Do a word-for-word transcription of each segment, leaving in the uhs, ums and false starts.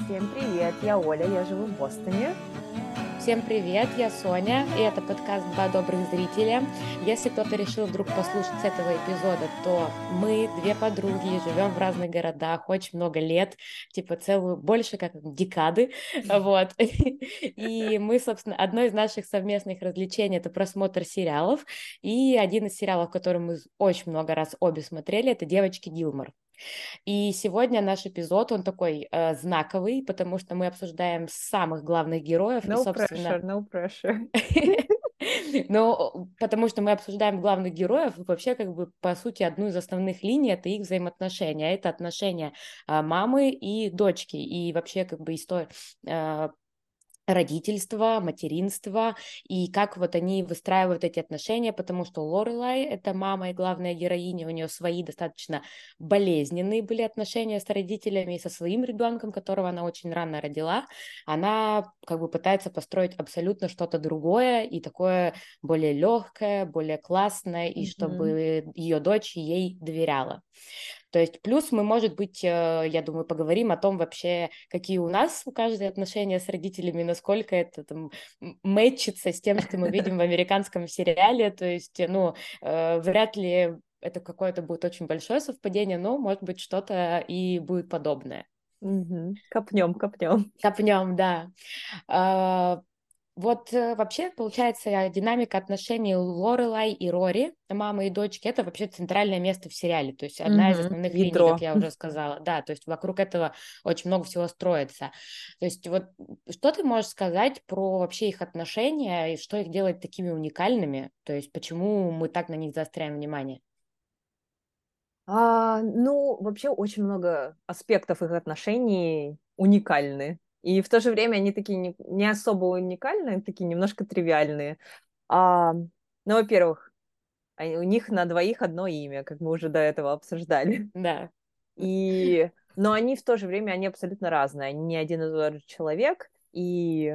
Всем привет, я Оля, я живу в Бостоне. Всем привет, я Соня, и это подкаст «Два добрых зрителя». Если кто-то решил вдруг послушать с этого эпизода, то мы, две подруги, живем в разных городах очень много лет, типа целую, больше как декады, вот. И мы, собственно, одно из наших совместных развлечений — это просмотр сериалов, и один из сериалов, который мы очень много раз обе смотрели, это «Девочки Гилмор». И сегодня наш эпизод, он такой э, знаковый, потому что мы обсуждаем самых главных героев, и, No собственно, pressure, no pressure. ну, потому что мы обсуждаем главных героев, и вообще, как бы, по сути, одну из основных линий — это их взаимоотношения. Это отношения а, мамы и дочки, и вообще, как бы, история родительства, материнства, и как вот они выстраивают эти отношения, потому что Лорелай — это мама и главная героиня, у нее свои достаточно болезненные были отношения с родителями и со своим ребенком, которого она очень рано родила. Она как бы пытается построить абсолютно что-то другое и такое более легкое, более классное, и Мгм. чтобы ее дочь ей доверяла. То есть плюс мы, может быть, э, я думаю, поговорим о том вообще, какие у нас у каждой отношения с родителями, насколько это там м- мэчится с тем, что мы видим в американском сериале. То есть, э, ну, э, вряд ли это какое-то будет очень большое совпадение, но, может быть, что-то и будет подобное. Мгм. Копнем, копнем. Копнем, да. А, Вот э, вообще, получается, э, динамика отношений Лорелай и Рори, мамы и дочки, это вообще центральное место в сериале, то есть одна из Мгм. основных линий, Ядро. как я уже сказала, да, то есть вокруг этого очень много всего строится. То есть вот что ты можешь сказать про вообще их отношения и что их делает такими уникальными, то есть почему мы так на них заостряем внимание? А, ну, вообще очень много аспектов их отношений уникальны. И в то же время они такие не, не особо уникальные, такие немножко тривиальные. А, ну, во-первых, они- у них на двоих одно имя, как мы уже до этого обсуждали. Да. И, но они в то же время, они абсолютно разные. Они не один и тот же человек. И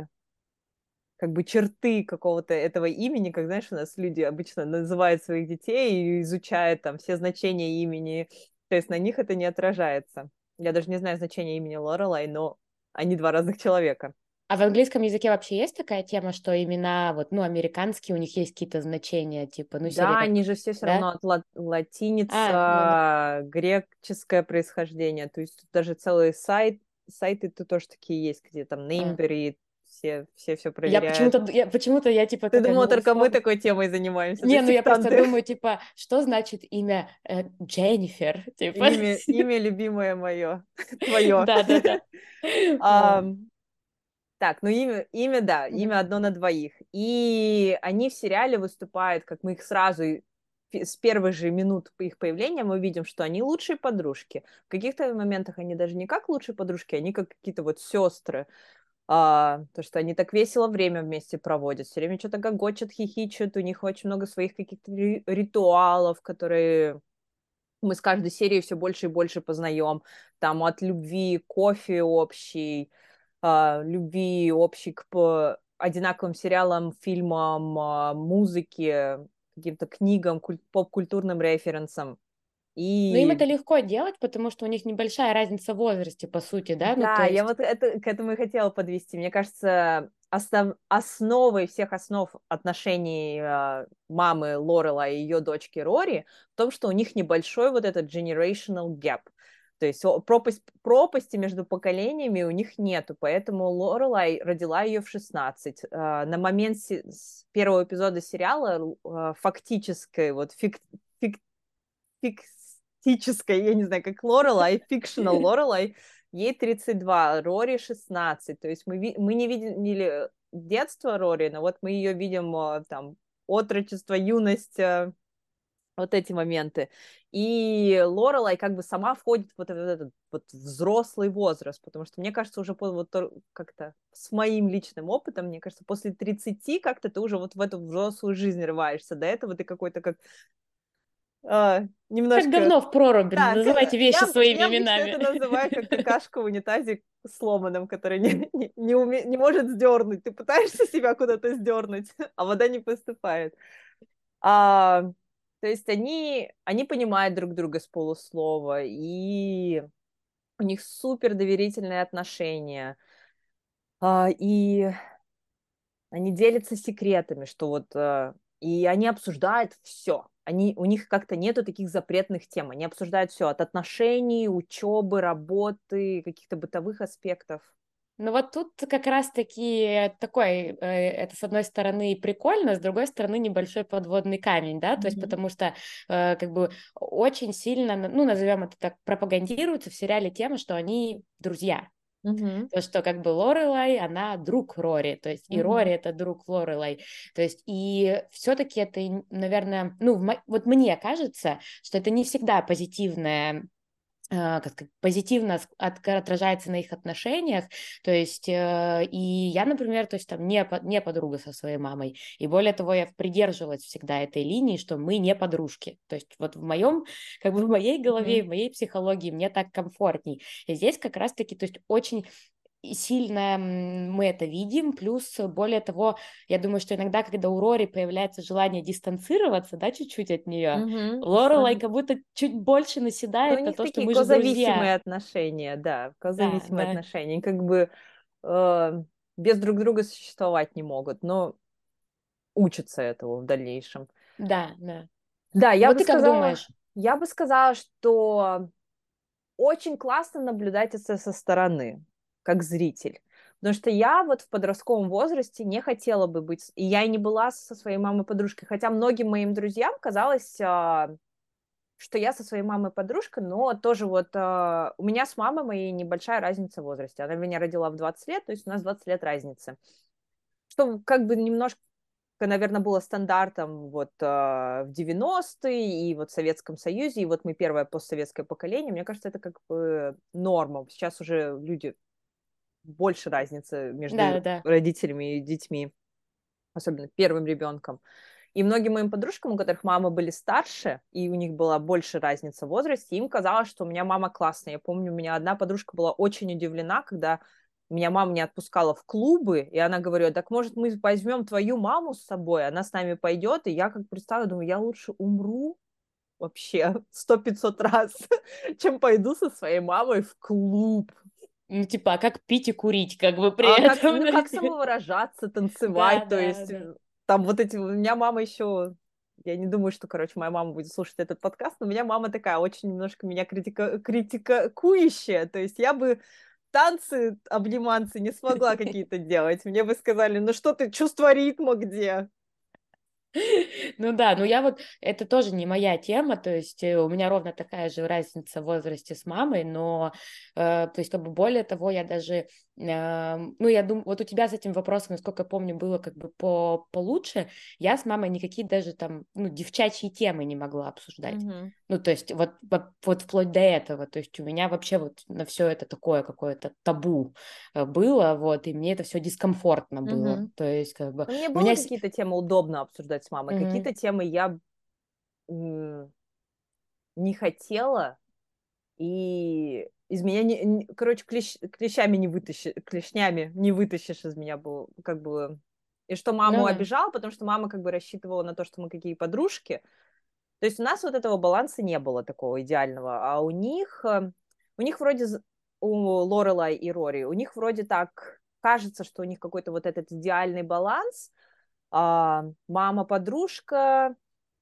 как бы черты какого-то этого имени, как, знаешь, у нас люди обычно называют своих детей и изучают там все значения имени, то есть на них это не отражается. Я даже не знаю значения имени Лорелай, но они два разных человека. А в английском языке вообще есть такая тема, что имена, вот, ну, американские, у них есть какие-то значения, типа, ну, серия Да, как, они же все все да? равно от ла- А, ну да. латиница, греческое происхождение, то есть тут даже целые сайт, сайты тут тоже такие есть, где там А. Неймбери, все все все Я проверяют. почему-то, я почему-то я типа Ты такая, думала, ну, только мы условно. такой темой занимаемся, да, Не, ну я просто сектанты? думаю, типа, что значит имя э, Дженнифер, типа. Имя, имя любимое мое, твое. Да, да, да. А, так, ну имя, имя, да, Мгм. имя одно на двоих. И они в сериале выступают, как мы их сразу и фи- с первых же минут их появления мы видим, что они лучшие подружки. В каких-то моментах они даже не как лучшие подружки, они как какие-то вот сестры. А, то, что они так весело время вместе проводят, все время что-то гогочат, хихичат, у них очень много своих каких-то ри- ритуалов, которые мы с каждой серией все больше и больше познаем. Там от любви, кофе общий, а, любви общей к п- одинаковым сериалам, фильмам, а, музыке, каким-то книгам, куль- поп-культурным референсам. Но им И это легко делать, потому что у них небольшая разница в возрасте, по сути, да, ну, то да, я есть, вот это, к этому и хотела подвести. Мне кажется, основ, основой всех основ отношений а, мамы Лорела и ее дочки Рори в том, что у них небольшой вот этот generational gap. То есть о, пропасть, пропасти между поколениями у них нету, поэтому Лорелай родила ее в шестнадцать. А, на момент се- с первого эпизода сериала а, фактической, вот фик, фик- фиктической, я не знаю, как Лорелай, fictional Лорелай, ей тридцать два, Рори шестнадцать. То есть мы, ви- мы не видели детство Рори, но вот мы ее видим э, там отрочество, юность, э, вот эти моменты. И Лорелай как бы сама входит в вот этот, этот вот взрослый возраст, потому что мне кажется, уже по, вот то- как-то с моим личным опытом, мне кажется, после тридцати как-то ты уже вот в эту взрослую жизнь рываешься. До этого ты какой-то как а, как немножко. говно в проруби, Да, к- называйте вещи я, своими я обычно это именами. называю как какашка в унитазе сломанном, который не, не, не, уме- не может сдернуть. Ты пытаешься себя куда-то сдернуть, а вода не поступает. А, то есть они, они понимают друг друга с полуслова, и у них супер доверительные отношения, а, и они делятся секретами, что вот, э, и они обсуждают все. Они, у них как-то нету таких запретных тем. Они обсуждают все от отношений, учебы, работы, каких-то бытовых аспектов. Ну вот тут как раз-таки такой, э, это с одной стороны прикольно, с другой стороны небольшой подводный камень, да, то есть Мгм. потому что э, как бы очень сильно, ну назовем это так, пропагандируется в сериале тема, что они друзья. Мгм. То, что как бы Лорелай, она друг Рори, то есть и Рори Мгм. это друг Лорелай, то есть и все-таки это, наверное, ну в мо- вот мне кажется, что это не всегда позитивная а, как сказать, позитивно с- от- отражается на их отношениях, то есть э, и я, например, то есть там не, по- не подруга со своей мамой, и более того, я придерживалась всегда этой линии, что мы не подружки, то есть вот в моем, как бы в моей голове, Мгм. в моей психологии мне так комфортней, и здесь как раз-таки, то есть очень и сильно м, мы это видим, плюс, э, более того, я думаю, что иногда, когда у Рори появляется желание дистанцироваться, да, чуть-чуть от нее, Мгм. Лорелай как будто чуть больше Ну, у наседает на них то, что такие мы же друзья. козависимые отношения, да, Да, козависимые да, отношения. Они как бы э, без друг друга существовать не могут, но учатся этому в дальнейшем. да, да. Да, я Вот бы ты как сказала, думаешь? я бы сказала, что очень классно наблюдать это со стороны, как зритель. Потому что я вот в подростковом возрасте не хотела бы быть, и я и не была со своей мамой-подружкой, хотя многим моим друзьям казалось, а, что я со своей мамой-подружкой, но тоже вот а, у меня с мамой моей небольшая разница в возрасте. Она меня родила в двадцать лет, то есть у нас двадцать лет разницы. Что как бы немножко, наверное, было стандартом вот а, в девяностые и вот в Советском Союзе, и вот мы первое постсоветское поколение. Мне кажется, это как бы норма. Сейчас уже люди больше разницы Да, между да, да. родителями и детьми, особенно первым ребенком. И многим моим подружкам, у которых мамы были старше, и у них была больше разница в возрасте, им казалось, что у меня мама классная. Я помню, у меня одна подружка была очень удивлена, когда меня мама не отпускала в клубы, и она говорила, так может мы возьмем твою маму с собой, она с нами пойдет, и я как представила, думаю, я лучше умру вообще сто пятьсот раз, чем пойду со своей мамой в клуб. Ну, типа, а как пить и курить, как бы при А как, этом, ну, то как есть. самовыражаться, Да, танцевать, то да, есть да. э, там вот эти, у меня мама еще, я не думаю, что, короче, моя мама будет слушать этот подкаст, но у меня мама такая очень немножко меня критика, критикующая, то есть я бы танцы, обниманцы не смогла какие-то делать, мне бы сказали, ну что ты, чувство ритма где? Ну да, ну я вот, это тоже не моя тема, то есть э, у меня ровно такая же разница в возрасте с мамой, но, э, то есть как бы более того, я даже, э, ну я думаю, вот у тебя с этим вопросом, насколько я помню, было как бы по, получше, я с мамой никакие даже там, ну, девчачьи темы не могла обсуждать. Мгм. Ну, то есть вот, вот, вот вплоть до этого, то есть у меня вообще вот на все это такое какое-то табу э, было, вот, и мне это все дискомфортно было, Мгм. то есть как бы Ну, мне у было меня... с- какие-то темы удобно обсуждать с мамой, Мгм. какие-то темы я м, не хотела, и из меня, не, не- короче, клещ- клещами не вытащишь, клешнями не вытащишь из меня был, как бы, и что Ну маму да. обижал, потому что мама как бы рассчитывала на то, что мы какие подружки. То есть у нас вот этого баланса не было такого идеального, а у них, э, у них вроде, з- у Лорелай и Рори, у них вроде так кажется, что у них какой-то вот этот идеальный баланс, а, мама-подружка,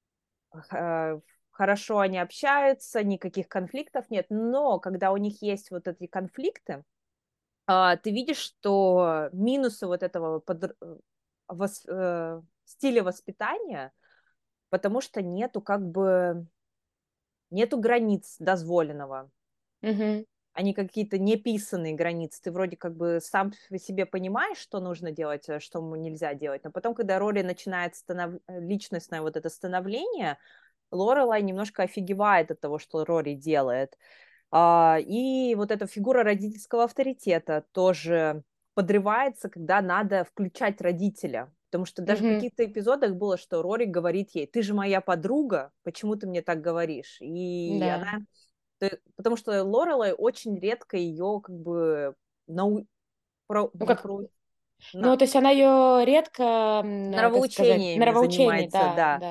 э, хорошо они общаются, никаких конфликтов нет, но когда у них есть вот эти конфликты, а, ты видишь, что минусы вот этого подр- э, вос- э, стиля воспитания, потому что нету как бы нету границ дозволенного. Мгм. Они какие-то неписанные границы. Ты вроде как бы сам по себе понимаешь, что нужно делать, а что ему нельзя делать. Но потом, когда Рори начинает станов... личностное вот это становление, Лорелай немножко офигевает от того, что Рори делает. А, и вот эта фигура родительского авторитета тоже подрывается, когда надо включать родителя. Потому что даже в Мгм. каких-то эпизодах было, что Рори говорит ей, ты же моя подруга, почему ты мне так говоришь? И Да. она... то- Потому что Лорелай очень редко ее как бы нау... про... Ну не как, про... ну на... то есть она ее редко, м, э, как сказать, нравоучениями нравоучений, занимается, да, да. да.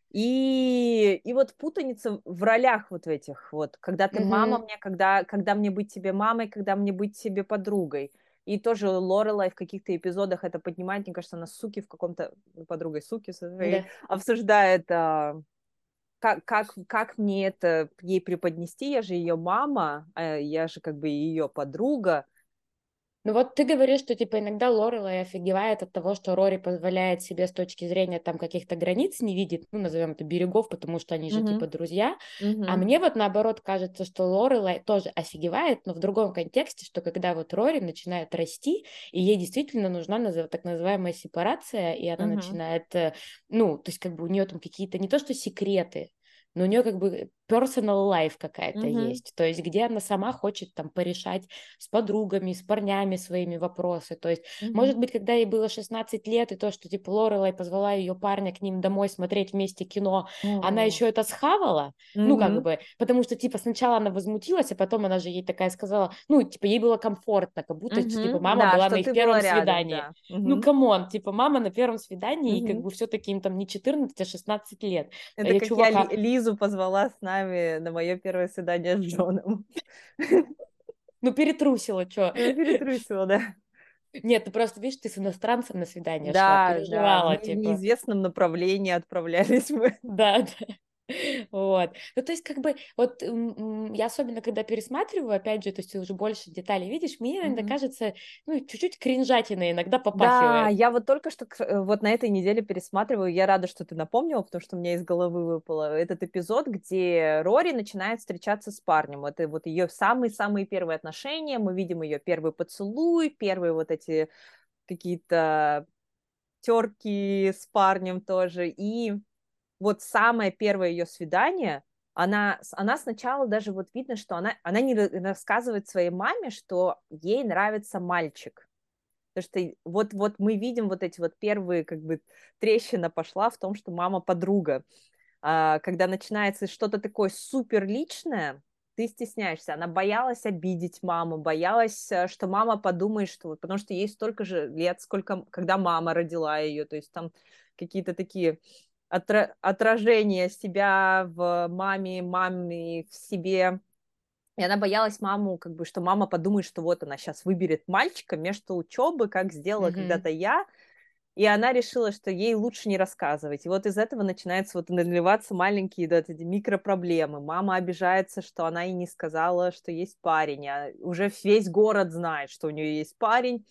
И, и вот путаница в ролях вот в этих вот, когда ты мама Мгм. мне, когда, когда мне быть тебе мамой, когда мне быть тебе подругой. И тоже Лорелай в каких-то эпизодах это поднимает, мне кажется, она суки в каком-то, подругой суки своей, Да. обсуждает, а, как, как, как мне это ей преподнести, я же ее мама, а я же как бы ее подруга. Ну вот ты говоришь, что типа иногда Лорелай офигевает от того, что Рори позволяет себе с точки зрения там каких-то границ не видит, ну назовем это берегов, потому что они же типа Мгм. друзья. А Мгм. мне вот наоборот кажется, что Лорелай тоже офигевает, но в другом контексте, что когда вот Рори начинает расти, и ей действительно нужна назов- так называемая сепарация, и она Мгм. начинает, э, ну, то есть как бы у нее там какие-то не то что секреты, но у нее как бы personal life какая-то Мгм. есть, то есть где она сама хочет там порешать с подругами, с парнями своими вопросы. То есть, Мгм. может быть, когда ей было шестнадцать лет, и то, что типа Лорелай позвала ее парня к ним домой смотреть вместе кино, она О. еще это схавала, ну, как Мгм. бы, потому что, типа, сначала она возмутилась, а потом она же ей такая сказала, ну, типа, ей было комфортно, как будто, типа, Мгм. мама Да, была на что их ты первом была рядом, свидании. да. Ну, Мгм. камон, типа, мама на первом свидании, и как Мгм. бы все-таки им там не четырнадцать, а шестнадцать лет. Это Я как я Ли- чувака, Лизу позвала с нами на мое первое свидание с Джоном. ну, перетрусила, что. Ну, перетрусила, да. Нет, ты просто, видишь, ты с иностранцем на свидание шла, Да, да, в переживала, не- в типа. неизвестном направлении отправлялись мы. Да, да. Вот. Ну, то есть, как бы, вот м, м, я особенно, когда пересматриваю, опять же, то есть ты уже больше деталей видишь, мне иногда Мгм. кажется, ну, чуть-чуть кринжатина иногда Да, попахивает. я вот только что к- э, вот на этой неделе пересматриваю. Я рада, что ты напомнила, потому что у меня из головы выпало этот эпизод, где Рори начинает встречаться с парнем. Это вот ее самые-самые первые отношения. Мы видим ее первый поцелуй, первые вот эти какие-то терки с парнем тоже. И вот самое первое ее свидание, она, она сначала даже вот видно, что она, она не рассказывает своей маме, что ей нравится мальчик. Потому что вот, вот мы видим вот эти вот первые, как бы, трещина пошла в том, что мама подруга. А, когда начинается что-то такое супер личное, ты стесняешься. Она боялась обидеть маму, боялась, э, что мама подумает, что вот, потому что ей столько же лет, сколько, когда мама родила ее, то есть там какие-то такие отра- отражения себя в маме, маме в себе, и она боялась маму, как бы, что мама подумает, что вот она сейчас выберет мальчика вместо учебы, как сделала Мгм. когда-то я. И она решила, что ей лучше не рассказывать. И вот из этого начинается вот наливаться маленькие да, эти микропроблемы. Мама обижается, что она ей не сказала, что есть парень. А уже весь город знает, что у нее есть парень.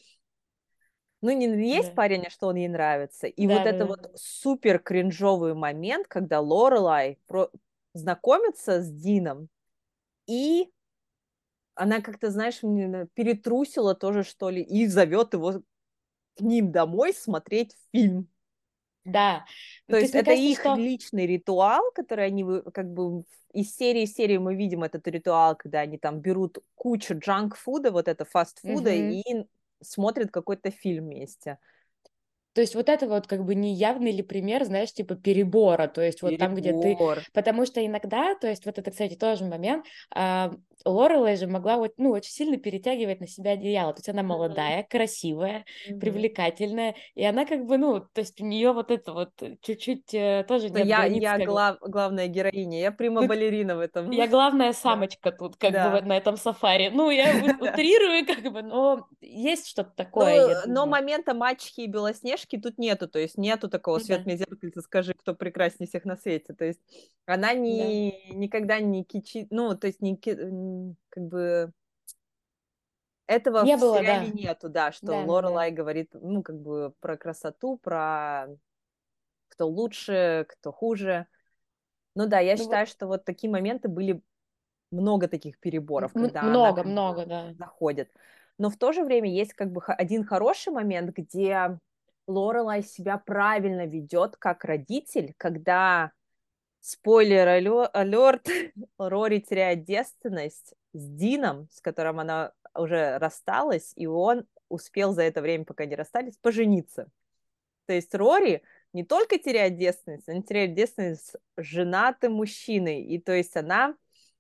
Ну, не есть Да. парень, а что он ей нравится. И вот Да, да, это да. вот супер кринжовый момент, когда Лорелай про... знакомится с Дином, и она как-то, знаешь, перетрусила тоже, что ли, и зовет его к ним домой смотреть фильм. Да. То Ну, то есть есть, мне это кажется, их что... личный ритуал, который они вы- как бы из серии в серию мы видим этот ритуал, когда они там берут кучу джанк-фуда, вот это фастфуда, Мгм. и смотрят какой-то фильм вместе. То есть вот это вот как бы не явный ли пример, знаешь, типа перебора, то есть вот там, где ты... Перебор. Потому что иногда, то есть вот это, кстати, тоже момент, а, Лорелей же могла вот, ну, очень сильно перетягивать на себя одеяло, то есть она Мгм. молодая, красивая, Мгм. привлекательная, и она как бы, ну, то есть у нее вот это вот чуть-чуть э, тоже Что нет я, границ, я как бы. глав, главная героиня, я Ну, прима-балерина в этом. я главная Да. самочка тут, как бы вот Да. на этом сафари. Ну, я у- утрирую, как бы, но есть что-то такое, Ну, я но думаю. момента мачехи и Белоснежки тут нету, то есть нету такого Ну «свет да, мне зеркальце, скажи, кто прекраснее всех на свете». То есть она да. не, никогда не кичит, ну, то есть не, ки- м, как бы этого Не в было, сериале да. нету, да, что Да, да, да. Лорелай говорит, ну, как бы про красоту, про кто лучше, кто хуже. Ну да, я Ну вот считаю, что вот такие моменты были много таких переборов, м- когда она много, как бы много, да. заходит. Но в то же время есть как бы х- один хороший момент, где Лорелай себя правильно ведет как родитель, когда, спойлер алерт, Рори теряет девственность с Дином, с которым она уже рассталась, и он успел за это время, пока не расстались, пожениться. То есть Рори не только теряет девственность, она теряет девственность с женатым мужчиной. И то есть она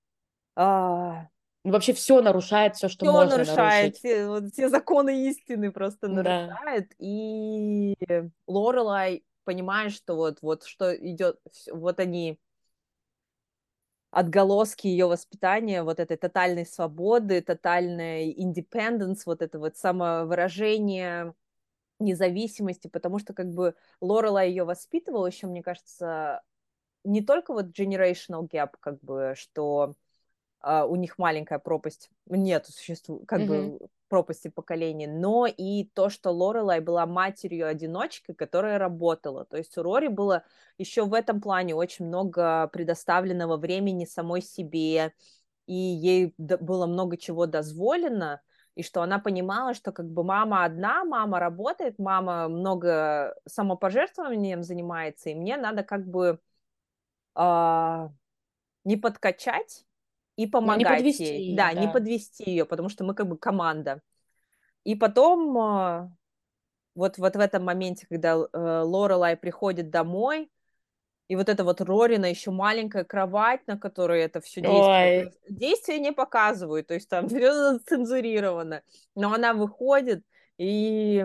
а, Ну, вообще все нарушает, все, что все можно нарушает, нарушить. все, вот, все законы истины просто Да. нарушает. И Лорелай понимаешь, что вот, вот что идет, вот они, отголоски ее воспитания, вот этой тотальной свободы, тотальной independence, вот это вот самовыражение, независимости, потому что как бы Лорелай ее воспитывала еще, мне кажется, не только вот generational gap, как бы, что а, у них маленькая пропасть, нет, существует как Мгм. бы пропасти поколений, но и то, что Лорелай была матерью-одиночкой, которая работала. То есть у Рори было еще в этом плане очень много предоставленного времени самой себе, и ей было много чего дозволено, и что она понимала, что как бы мама одна, мама работает, мама много самопожертвованием занимается, и мне надо как бы а, не подкачать и Но не помогать подвести ей. ее, Да, не да. подвести ее, потому что мы как бы команда. И потом а, вот, вот в этом моменте, когда э, Лорелай приходит домой, и вот эта вот Рорина еще маленькая кровать, на которой это все действие. То Ой, есть действие не показывают, то есть там все цензурировано. Но она выходит, и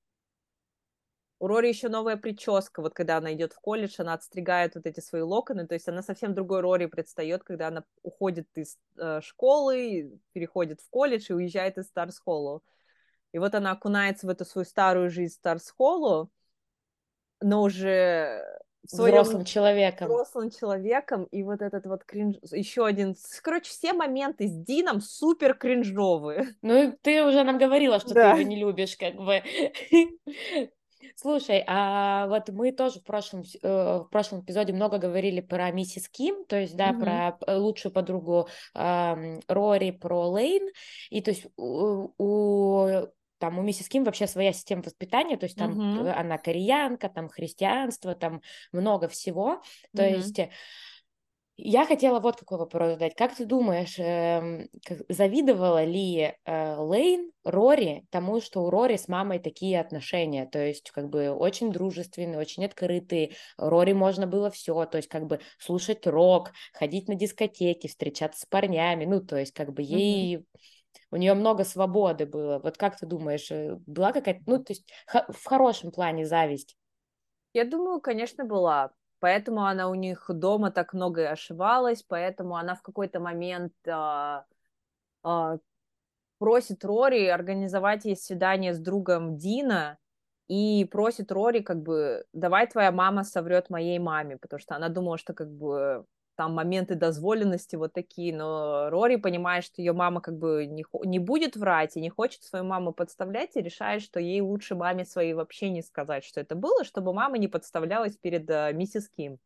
у Рори еще новая прическа. Вот когда она идет в колледж, она отстригает вот эти свои локоны. То есть она совсем другой Рори предстает, когда она уходит из э, школы, переходит в колледж и уезжает из Старс Холлоу. И вот она окунается в эту свою старую жизнь Старс Холлоу, но уже в своем взрослым человеком. взрослым человеком, и вот этот вот кринж, еще один, короче, все моменты с Дином супер кринжовые. Ну, и ты уже нам говорила, что ты его Да. не любишь, как бы. Слушай, а вот мы тоже в прошлом, с- э, в прошлом эпизоде много говорили про миссис Ким, то есть, да, Мгм. про п- лучшую подругу ам, Рори, про Лейн, и то есть у, у- там у миссис Ким вообще своя система воспитания, то есть там э, Мгм. она кореянка, там христианство, там много всего, то Мгм. есть я хотела вот какой вопрос задать. Как ты думаешь, эм, как- завидовала ли э, Лейн Рори тому, что у Рори с мамой такие отношения? То есть как бы очень дружественные, очень открытые. Рори можно было все, то есть как бы слушать рок, ходить на дискотеки, встречаться с парнями. Ну, то есть как бы Мгм. ей... У нее много свободы было. Вот как ты думаешь, э, была какая-то, ну, то есть х- в хорошем плане зависть? Я думаю, конечно, была. Поэтому она у них дома так много и ошивалась, поэтому она в какой-то момент а, а, просит Рори организовать ей свидание с другом Дина и просит Рори, как бы, давай твоя мама соврет моей маме, потому что она думала, что как бы там моменты дозволенности вот такие, но Рори понимает, что ее мама как бы не, хо- не будет врать и не хочет свою маму подставлять, и решает, что ей лучше маме своей вообще не сказать, что это было, чтобы мама не подставлялась перед э, миссис Ким.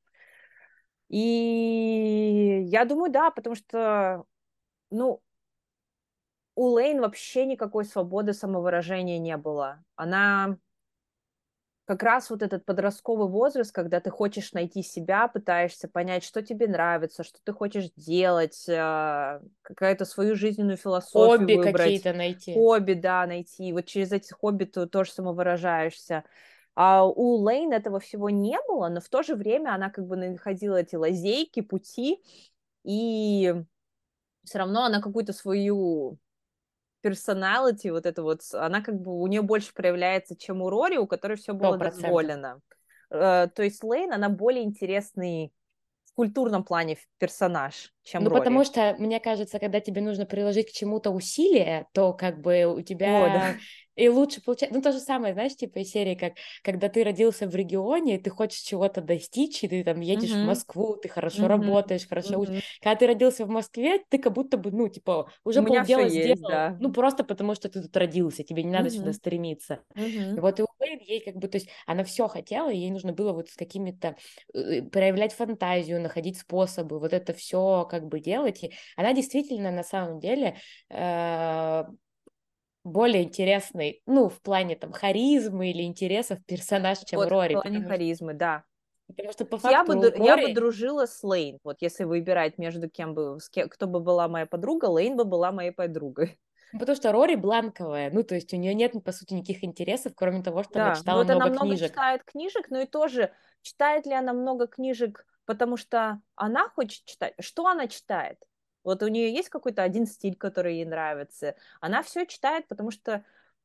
И я думаю, да, потому что, ну, у Лейн вообще никакой свободы самовыражения не было. Она как раз вот этот подростковый возраст, когда ты хочешь найти себя, пытаешься понять, что тебе нравится, что ты хочешь делать, а, какую-то свою жизненную философию Хобби выбрать, какие-то найти. хобби, да, найти. Вот через эти хобби ты тоже самовыражаешься. А у Лейн этого всего не было, но в то же время она как бы находила эти лазейки, пути, и все равно она какую-то свою персоналити, вот это вот, она как бы у нее больше проявляется, чем у Рори, у которой все Сто было процентов. дозволено. Э, То есть Лейн, она более интересный в культурном плане персонаж, чем Ну, Рори. потому что, мне кажется, когда тебе нужно приложить к чему-то усилие, то как бы у О, да. тебя и лучше получается. Ну, то же самое, знаешь, типа из серии, как когда ты родился в регионе, ты хочешь чего-то достичь, и ты там едешь в Мгм, Москву, ты хорошо мгм, работаешь, хорошо учишься. мгм. Когда ты родился в Москве, ты как будто бы, ну, типа, У уже меня все полдела есть, сделал, да. ну, просто потому что ты тут родился, тебе не надо сюда Мгм, стремиться. И мгм. вот и у Лейн ей как бы, то есть она все хотела, и ей нужно было вот с какими-то э, проявлять фантазию, находить способы, вот это все как бы делать. И она действительно на самом деле э, более интересный, ну, в плане там харизмы или интересов персонаж, чем Вот, в Рори, плане потому что, харизмы, да. потому что по Я бы, факту ду- я бы Рори, дружила с Лейн. Вот если выбирать между кем бы, с кем, кто бы была моя подруга, Лейн бы была моей подругой. ну, потому что Рори бланковая, ну, то есть у нее нет, по сути, никаких интересов, кроме того, что она Да, ну читала вот она много много книжек. читает книжек, но и тоже читает ли она много книжек, потому что она хочет читать. Что она читает? Вот у нее есть какой-то один стиль, который ей нравится. Она все читает, потому что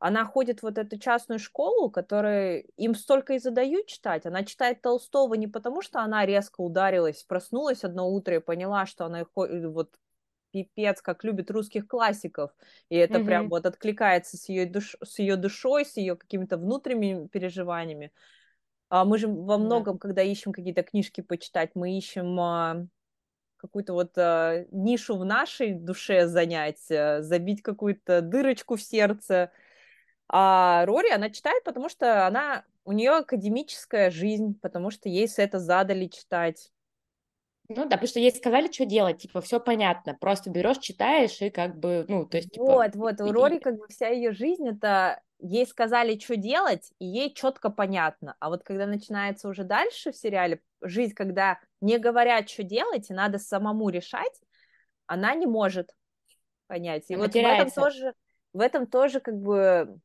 она ходит в вот эту частную школу, которая им столько и задают читать. Она читает Толстого не потому, что она резко ударилась, проснулась одно утро и поняла, что она вот пипец, как любит русских классиков, и это прям Мгм. вот откликается с ее, душ... с ее душой, с ее какими-то внутренними переживаниями. А мы же во Да. многом, когда ищем какие-то книжки почитать, мы ищем а, какую-то вот а, нишу в нашей душе занять, а, забить какую-то дырочку в сердце. А Рори, она читает, потому что она, у нее академическая жизнь, потому что ей с это задали читать. Ну да, потому что ей сказали, что делать, типа, все понятно, просто берешь, читаешь и как бы, ну, то есть, типа, Вот, вот, у и- Рори как бы вся ее жизнь, это ей сказали, что делать, и ей четко понятно. А вот когда начинается уже дальше в сериале жизнь, когда не говорят, что делать, и надо самому решать, она не может понять. И она вот в этом теряется. тоже, в этом тоже как бы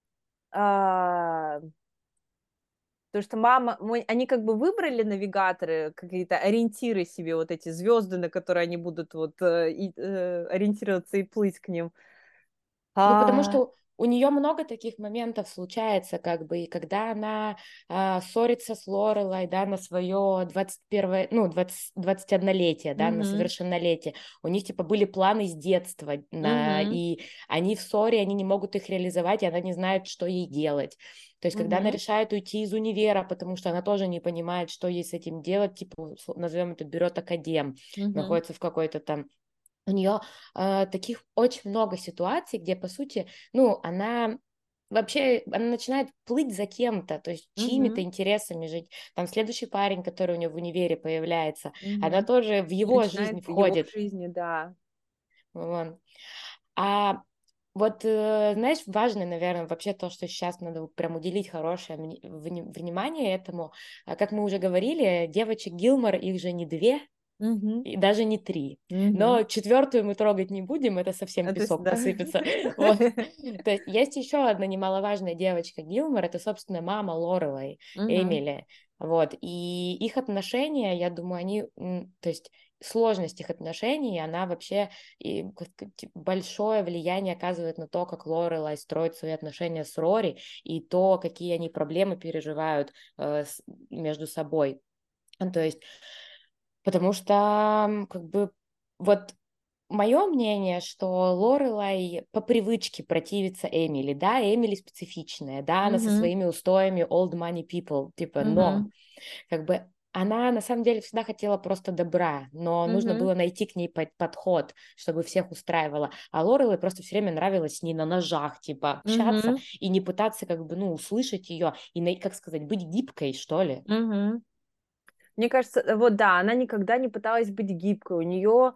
а, потому что мама, мы, они как бы выбрали навигаторы, какие-то ориентиры себе, вот эти звезды, на которые они будут вот э, и, э, ориентироваться и плыть к ним. Ну, потому А, что у нее много таких моментов случается, как бы, и когда она а, ссорится с Лорелай, да, на свое двадцать первое, ну, двадцать, двадцатиоднолетие, да, на угу, совершеннолетие, у них, типа, были планы с детства, на, угу, и они в ссоре, они не могут их реализовать, и она не знает, что ей делать. То есть, когда она угу, решает уйти из универа, потому что она тоже не понимает, что ей с этим делать, типа, назовем это, берет академ, угу, находится в какой-то там у нее э, таких очень много ситуаций, где, по сути, ну, она вообще, она начинает плыть за кем-то, то есть чьими-то угу, интересами жить. Там следующий парень, который у нее в универе появляется, она угу. тоже в его жизнь Начинает его входит. жизни, да. Вот. А вот, э, знаешь, важно, наверное, вообще то, что сейчас надо прям уделить хорошее вни- вни- внимание этому. А Как мы уже говорили, девочек Гилмор, их же не две, Угу, и даже не три. угу. Но четвертую мы трогать не будем, это совсем Это, с- песок да. посыпется. Вот. То есть есть еще одна немаловажная девочка Гилмор, это, собственно, мама Лорелей, Угу, Эмили. Вот. И их отношения, я думаю, они, м, то есть сложность их отношений, она вообще и как сказать, большое влияние оказывает на то, как Лорелай строит свои отношения с Рори, и то, какие они проблемы переживают э, с- между собой. Ну, То есть Потому что, м, как бы, вот мое мнение, что Лорелай по привычке противится Эмили, да, Эмили специфичная, да, она со угу, своими устоями old money people, типа, но, угу, как бы, она на самом деле всегда хотела просто добра, но нужно угу, было найти к ней под- подход, чтобы всех устраивало. А Лорелай просто все время нравилось с ней на ножах, типа, общаться угу, и не пытаться, как бы, ну, услышать ее и, най- как сказать, быть гибкой, что ли. угу. Мне кажется, э, вот да, она никогда не пыталась быть гибкой. У нее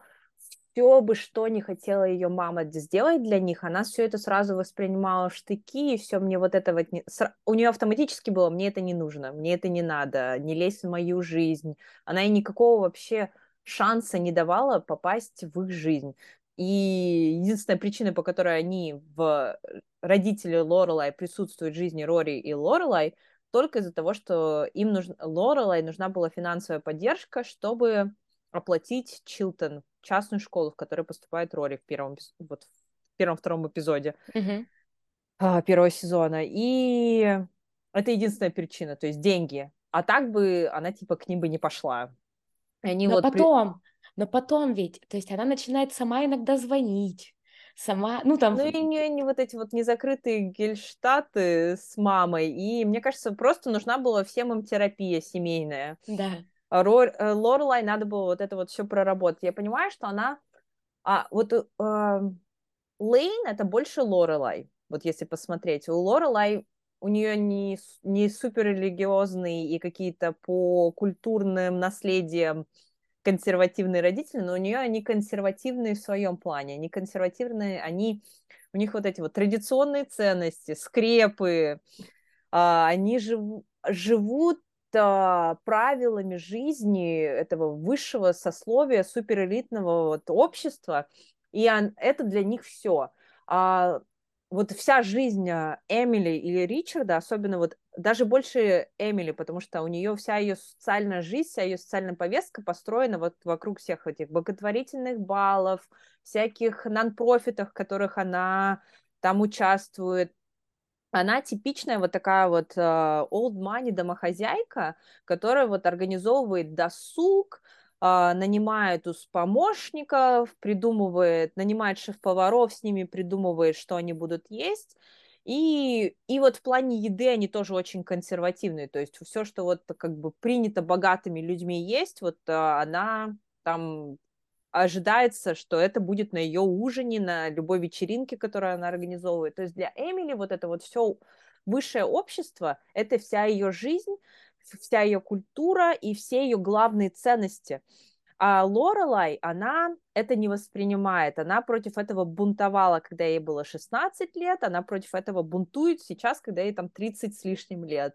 все бы, что не хотела ее мама д- сделать для них, она все это сразу воспринимала в штыки, и все мне вот это вот... не- сра- У нее автоматически было, мне это не нужно, мне это не надо, не лезь в мою жизнь. Она ей никакого вообще шанса не давала попасть в их жизнь. И единственная причина, по которой они в родители Лорелай присутствуют в жизни Рори и Лорелай, только из-за того, что им нужна, Лорелай нужна была финансовая поддержка, чтобы оплатить Чилтон, частную школу, в которой поступает Рори в первом, вот, в первом-втором эпизоде Мгм. а, первого сезона. И это единственная причина, то есть деньги. А так бы она типа к ним бы не пошла. И они Но вот при... потом, но потом ведь, то есть она начинает сама иногда звонить, сама, ну там, Ну и не, не вот эти вот незакрытые гельштаты с мамой. И мне кажется, просто нужна была всем им терапия семейная. да. А Ро- э, Лорелай надо было вот это вот все проработать. Я понимаю, что она... А вот э, Лейн это больше Лорелай. Вот если посмотреть. У Лорелай у нее не, с- не суперрелигиозные и какие-то по культурным наследиям консервативные родители, но у нее они консервативные в своем плане. Они консервативные, они, у них вот эти вот традиционные ценности, скрепы, а, они жив- живут а, правилами жизни этого высшего сословия, суперэлитного вот общества, и он- это для них все. А вот вся жизнь а, Эмили или Ричарда, особенно вот даже больше Эмили, потому что у нее вся ее социальная жизнь, вся ее социальная повестка построена вот вокруг всех этих благотворительных баллов, всяких нон-профитов, в которых она там участвует, она типичная вот такая вот э, old money домохозяйка, которая вот организовывает досуг, э, нанимает us помощников, придумывает, нанимает шеф-поваров, с ними придумывает, что они будут есть. И, и вот в плане еды они тоже очень консервативные, то есть все, что вот как бы принято богатыми людьми есть, вот э, она там ожидается, что это будет на ее ужине, на любой вечеринке, которую она организовывает. То есть для Эмили вот это вот все высшее общество, это вся ее жизнь, вся ее культура и все ее главные ценности. А Лорелай, она это не воспринимает. Она против этого бунтовала, когда ей было шестнадцать лет, она против этого бунтует сейчас, когда ей там тридцать с лишним лет.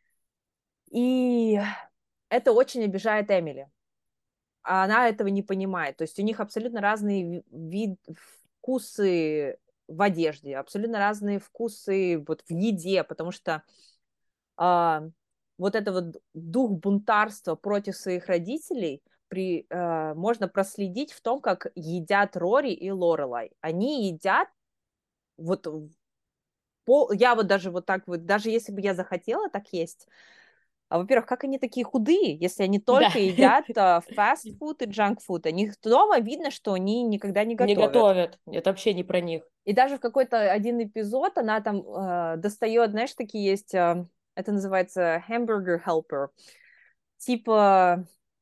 И это очень обижает Эмили. А она этого не понимает. То есть у них абсолютно разные вид, вкусы в одежде, абсолютно разные вкусы вот в еде, потому что а, вот это вот дух бунтарства против своих родителей при, а, можно проследить в том, как едят Рори и Лорелай. Они едят вот пол, я вот даже вот так вот, даже если бы я захотела так есть, а, во-первых, как они такие худые, если они Да, только едят а, фастфуд и джанкфуд? У них дома видно, что они никогда не не готовят. готовят. Это вообще не про них. И даже в какой-то один эпизод она там э, достает, знаешь, такие есть, э, это называется hamburger helper. Типа,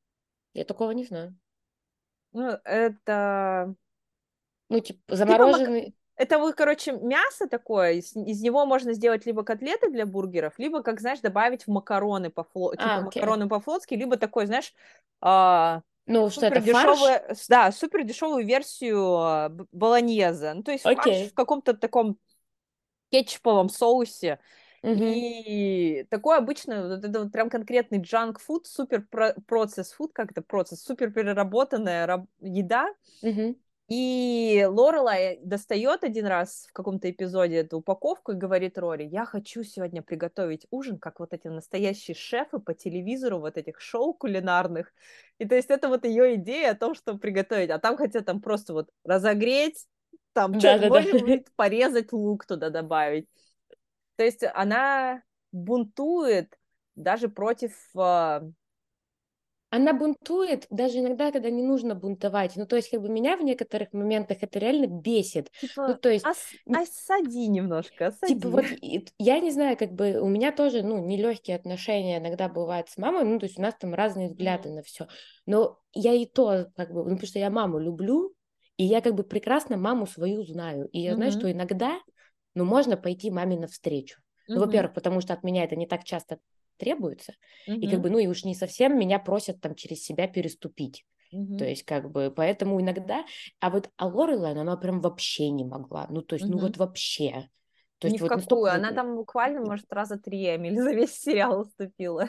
Я такого не знаю. ну, это Ну, типа, типа мак... замороженный... Это вот, короче, мясо такое, из, из него можно сделать либо котлеты для бургеров, либо, как знаешь, добавить в макароны по фло... А, типа окей. макароны по-флотски, либо такой, знаешь, а, Ну, что супер это, фарш? дешевую, да, супер дешевую версию а, б- болоньезе. Ну, то есть фарш в Окей. каком-то таком кетчуповом соусе. Угу, И такой обычно, вот это вот прям конкретный junk food, супер процесс food, как это процесс, супер переработанная раб- еда. угу. И Лорелай достает один раз в каком-то эпизоде эту упаковку и говорит Рори: я хочу сегодня приготовить ужин, как вот эти настоящие шефы по телевизору, вот этих шоу кулинарных. И то есть это вот ее идея о том, что приготовить. А там хотят там просто вот разогреть, там что, Да-да-да. может быть, порезать лук туда добавить. То есть она бунтует даже против... а, Она бунтует даже иногда, когда не нужно бунтовать. Ну, то есть, как бы меня в некоторых моментах это реально бесит. Ну, типа, то есть, ос- осади немножко, типа осади. вот и- я не знаю, как бы у меня тоже, ну, нелегкие отношения иногда бывают с мамой, ну, то есть у нас там разные взгляды Мгм. на все. Но я и то, как бы, ну, потому что я маму люблю, и я как бы прекрасно маму свою знаю. И я знаю, Мгм. что иногда, ну, можно пойти маме навстречу. Ну, Мгм. во-первых, потому что от меня это не так часто требуется, и как Мгм. бы, ну, и уж не совсем меня просят там через себя переступить. То Мгм. есть, как бы, поэтому иногда... А вот а Лорелайн, она прям вообще не могла. Ну, то есть, ну, Мгм. вот вообще. То Ни есть в вот настолько какую. вот, Она там буквально, может, раза три Эмили за весь сериал уступила.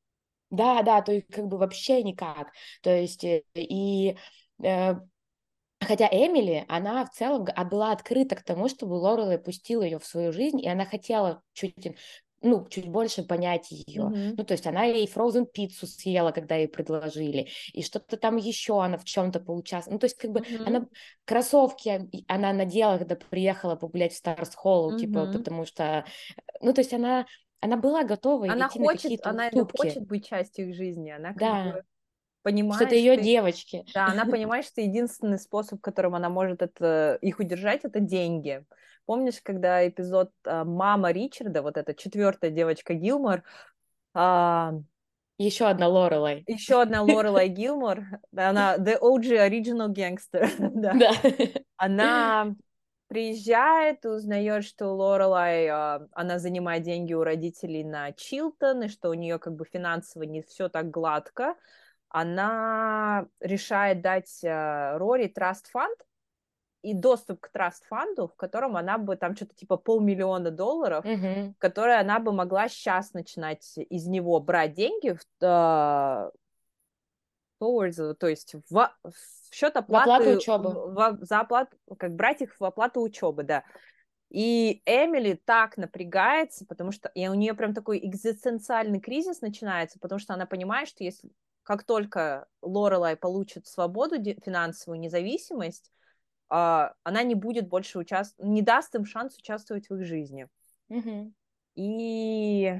да, да, то есть как бы вообще никак. То есть э, и э, хотя Эмили, она в целом г- а была открыта к тому, чтобы Лорелай пустила ее в свою жизнь, и она хотела чуть, ну, чуть больше понять ее. Мгм. Ну, то есть она ей фроузен пиццу съела, когда ей предложили, и что-то там еще она в чем-то поучаствовала. Ну, то есть как бы Мгм. она кроссовки и она надела, когда приехала погулять в Старс Холл, типа, Мгм. потому что, ну, то есть она, она была готова Она идти на хочет, какие-то она это уступки. хочет быть частью их жизни. Она как Да, бы что это понимает, ее что... девочки. Да, она понимает, что единственный способ, которым она может это, их удержать, это деньги. Помнишь, когда эпизод а, «Мама Ричарда», вот эта четвертая девочка Гилмор, а, Еще одна Лорелай. еще одна Лорелай Гилмор, да, она the о джи Original Gangster, да, Да. она приезжает, узнает, что Лорелай, а, она занимает деньги у родителей на Чилтон, и что у нее как бы финансово не все так гладко. Она решает дать а, Рори Trust Fund и доступ к Trust Фанду, в котором она бы там что-то типа полмиллиона долларов, Мгм. которые она бы могла сейчас начинать из него брать деньги в, а, towards, то есть в, в счет В оплату оплаты, учебы. в- в- за оплату, как брать их в оплату учебы, да. И Эмили так напрягается, потому что и у нее прям такой экзистенциальный кризис начинается, потому что она понимает, что если как только Лорелай получит свободу, финансовую независимость, а, она не будет больше участвовать, не даст им шанс участвовать в их жизни. Мгм. И,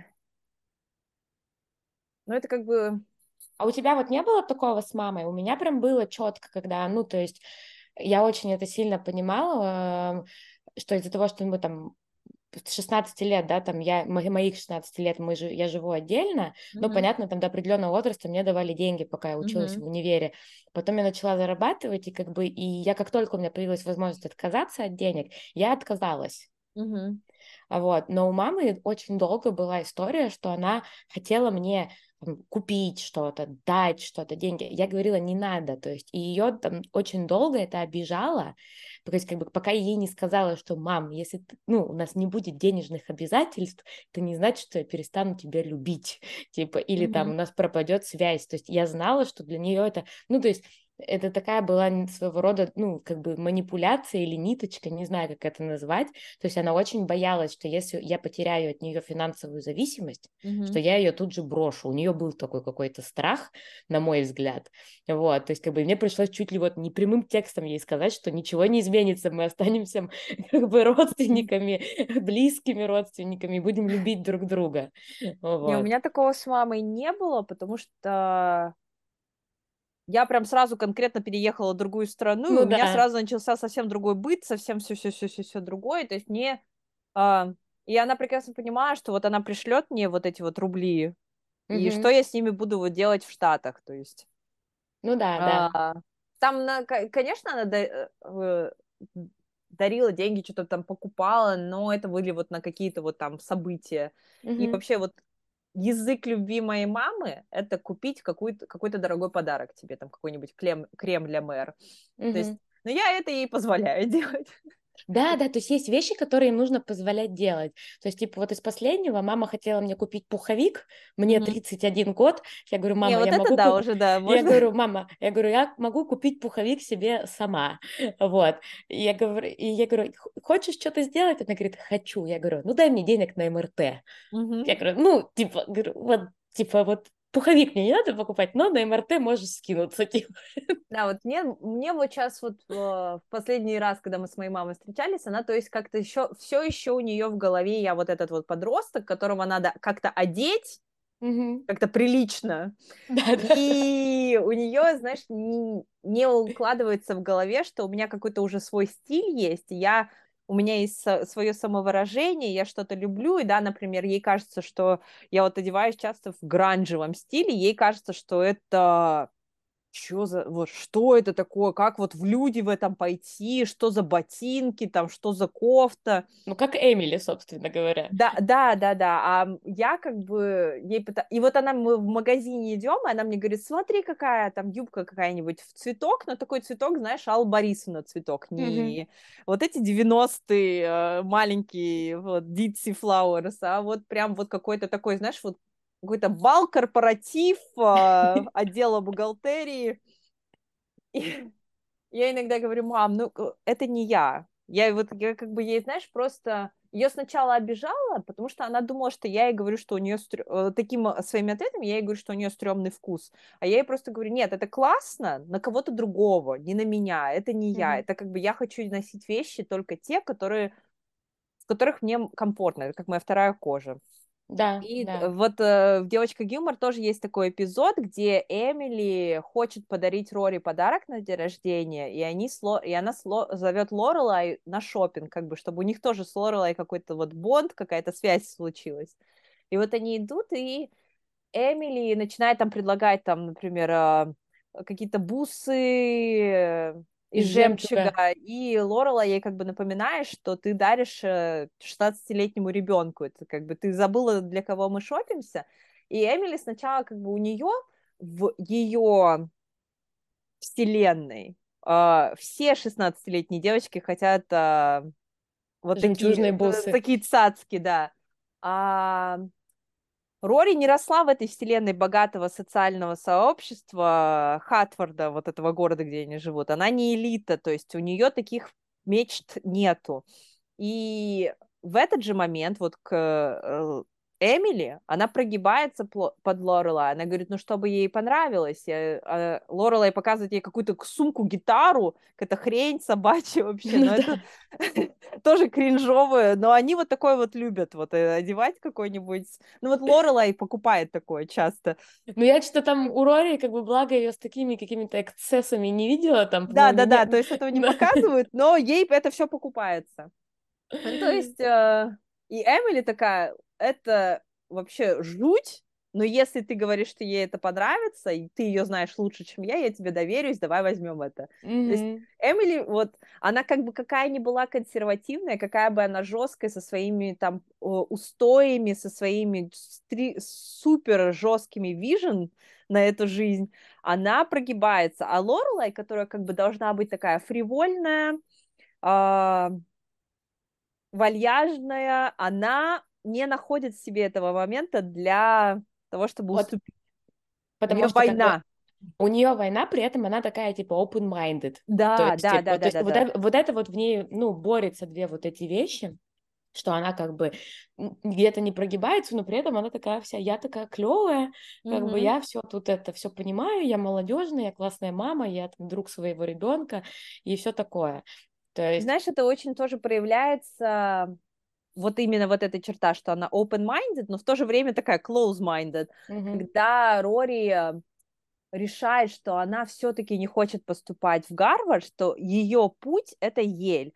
ну, это как бы... А у тебя вот не было такого с мамой? У меня прям было четко, когда, ну, то есть я очень это сильно понимала, э, что из-за того, что мы там с шестнадцати лет, да, там я, мо- моих шестнадцати лет мы, жи- я живу отдельно, но, Мгм, понятно, там до определенного возраста мне давали деньги, пока я училась в мгм, универе. Потом я начала зарабатывать, и как бы, и я как только у меня появилась возможность отказаться от денег, я отказалась. мгм, А Вот. Но у мамы очень долго была история, что она хотела мне там, купить что-то, дать что-то, деньги. Я говорила, не надо. То есть, и ее там очень долго это обижало. То есть, как бы, пока я ей не сказала, что, мам, если ты- ну, у нас не будет денежных обязательств, это не значит, что я перестану тебя любить. Типа, или там мгм, у нас пропадет связь. То есть, я знала, что для нее это, ну, то есть, это такая была н- своего рода, ну, как бы манипуляция или ниточка, не знаю, как это назвать. То есть она очень боялась, что если я потеряю от нее финансовую зависимость, что мгм. я ее тут же брошу. У нее был такой какой-то страх, на мой взгляд. Вот, то есть как бы мне пришлось чуть ли вот не прямым текстом ей сказать, что ничего не изменится, мы останемся как бы родственниками, близкими родственниками, будем любить друг друга. Не, у Вот. меня такого с мамой не было, потому что я прям сразу конкретно переехала в другую страну, и Ну у меня да. сразу начался совсем другой быт, совсем все-все-все-все-все другое. То есть мне... а, и она прекрасно понимала, что вот она пришлет мне вот эти вот рубли, и что Мгм. я с ними буду вот делать в Штатах. То есть Ну да, да. а, там, на- ко- конечно, она да- э, э, дарила деньги, что-то там покупала, но это были вот на какие-то вот там события. И Мгм. вообще вот язык любви моей мамы — это купить какой-то какой-то дорогой подарок тебе, там какой-нибудь крем, крем для мэр. То есть, Мгм. ну, я это ей позволяю делать. Да, да, то есть есть вещи, которые им нужно позволять делать. То есть, типа, вот из последнего мама хотела мне купить пуховик, мне Мгм. тридцать один год, я говорю, Не, мама, вот я это могу да, купить, уже да, я можно. говорю, мама, я говорю, я могу купить пуховик себе сама, вот. И я говорю, и я говорю, «Х- хочешь что-то сделать? Она говорит, хочу. Я говорю, ну дай мне денег на эм эр тэ. Мгм. Я говорю, ну, типа, говорю, вот, типа, вот пуховик мне не надо покупать, но на эм эр тэ можешь скинуться, типа. Да, вот мне, мне вот сейчас вот в, в последний раз, когда мы с моей мамой встречались, она, то есть, как-то еще, все еще у нее в голове я вот этот вот подросток, которого надо как-то одеть, Мгм. как-то прилично. Да, да, да. И у нее, знаешь, не, не укладывается в голове, что у меня какой-то уже свой стиль есть, и я, у меня есть свое самовыражение, я что-то люблю, и да, например, ей кажется, что я вот одеваюсь часто в гранжевом стиле, ей кажется, что это что за, вот, что это такое, как вот в люди в этом пойти, что за ботинки, там, что за кофта. Ну, как Эмили, собственно говоря. Да, да, да, да. А я как бы ей пыта... И вот она, мы в магазине идем, и она мне говорит, смотри, какая там юбка какая-нибудь в цветок, но такой цветок, знаешь, Алла Борисовна цветок, Мгм. не вот эти девяностые э, маленькие вот Ditsy Flowers, а вот прям вот какой-то такой, знаешь, вот какой-то бал-корпоратив э, отдела бухгалтерии. И я иногда говорю, мам, ну к- это не я. Я вот я как бы ей, знаешь, просто ее сначала обижала, потому что она думала, что я ей говорю, что у нее таким э, своими ответами я ей говорю, что у нее стрёмный вкус. А я ей просто говорю, нет, это классно на кого-то другого, не на меня, это не я. Мгм. Это как бы я хочу носить вещи только те, которые, в которых мне комфортно, это как моя вторая кожа. Да, И д- да. вот э, в «Девочка Гилмор» тоже есть такой эпизод, где Эмили хочет подарить Рори подарок на день рождения, и, они с Ло... и она с Ло... зовет Лорелай на шопинг, как бы, чтобы у них тоже с Лорелай какой-то вот бонд, какая-то связь случилась. И вот они идут, и Эмили начинает там предлагать, там, например, а, какие-то бусы э, из Из жемчуга. жемчуга, и Лорела ей как бы напоминает, что ты даришь э, шестнадцатилетнему ребенку, это как бы ты забыла, для кого мы шопимся, и Эмили сначала как бы у нее в ее вселенной а, все шестнадцатилетние девочки хотят а, вот Жемчужные такие, э, бусы. такие цацки, да. А Рори не росла в этой вселенной богатого социального сообщества Хатфорда, вот этого города, где они живут. Она не элита, то есть у нее таких мечт нету. И в этот же момент вот к э, Эмили, она прогибается под Лорелай, она говорит, ну, чтобы ей понравилось. А Лорелай показывает ей какую-то сумку-гитару, какая-то хрень собачья вообще, но это тоже кринжовое, но они вот такое вот любят, вот одевать какой-нибудь. Ну, вот Лорелай покупает такое часто. Ну, я что-то там у Рори, как бы, благо, ее с такими какими-то эксцессами не видела там, Да, по-моему, да, не... да, то есть этого не показывают, но ей это все покупается. Ну, то есть, э, и Эмили такая, это вообще жуть, но если ты говоришь, что ей это понравится, и ты ее знаешь лучше, чем я, я тебе доверюсь, давай возьмем это. Mm-hmm. То есть Эмили, вот, она как бы какая ни была консервативная, какая бы она жесткая со своими там устоями, со своими стри- супер жесткими вижен на эту жизнь, она прогибается. А Лорелай, которая как бы должна быть такая фривольная, э- вальяжная, она не находит в себе этого момента для того, чтобы вот, уступить. потому У нее что война. как бы, у нее война, при этом она такая, типа, open-minded. Да, то есть, да, типа, да, то да, есть да, вот, да. Это, вот это вот в ней, ну, борется две вот эти вещи, что она как бы где-то не прогибается, но при этом она такая вся, я такая клевая, как угу. бы я все тут это все понимаю, я молодежная, я классная мама, я там друг своего ребенка и все такое. То есть... Знаешь, это очень тоже проявляется, вот именно вот эта черта, что она open-minded, но в то же время такая close-minded, угу. когда Рори решает, что она все-таки не хочет поступать в Гарвард, что ее путь — это Ель.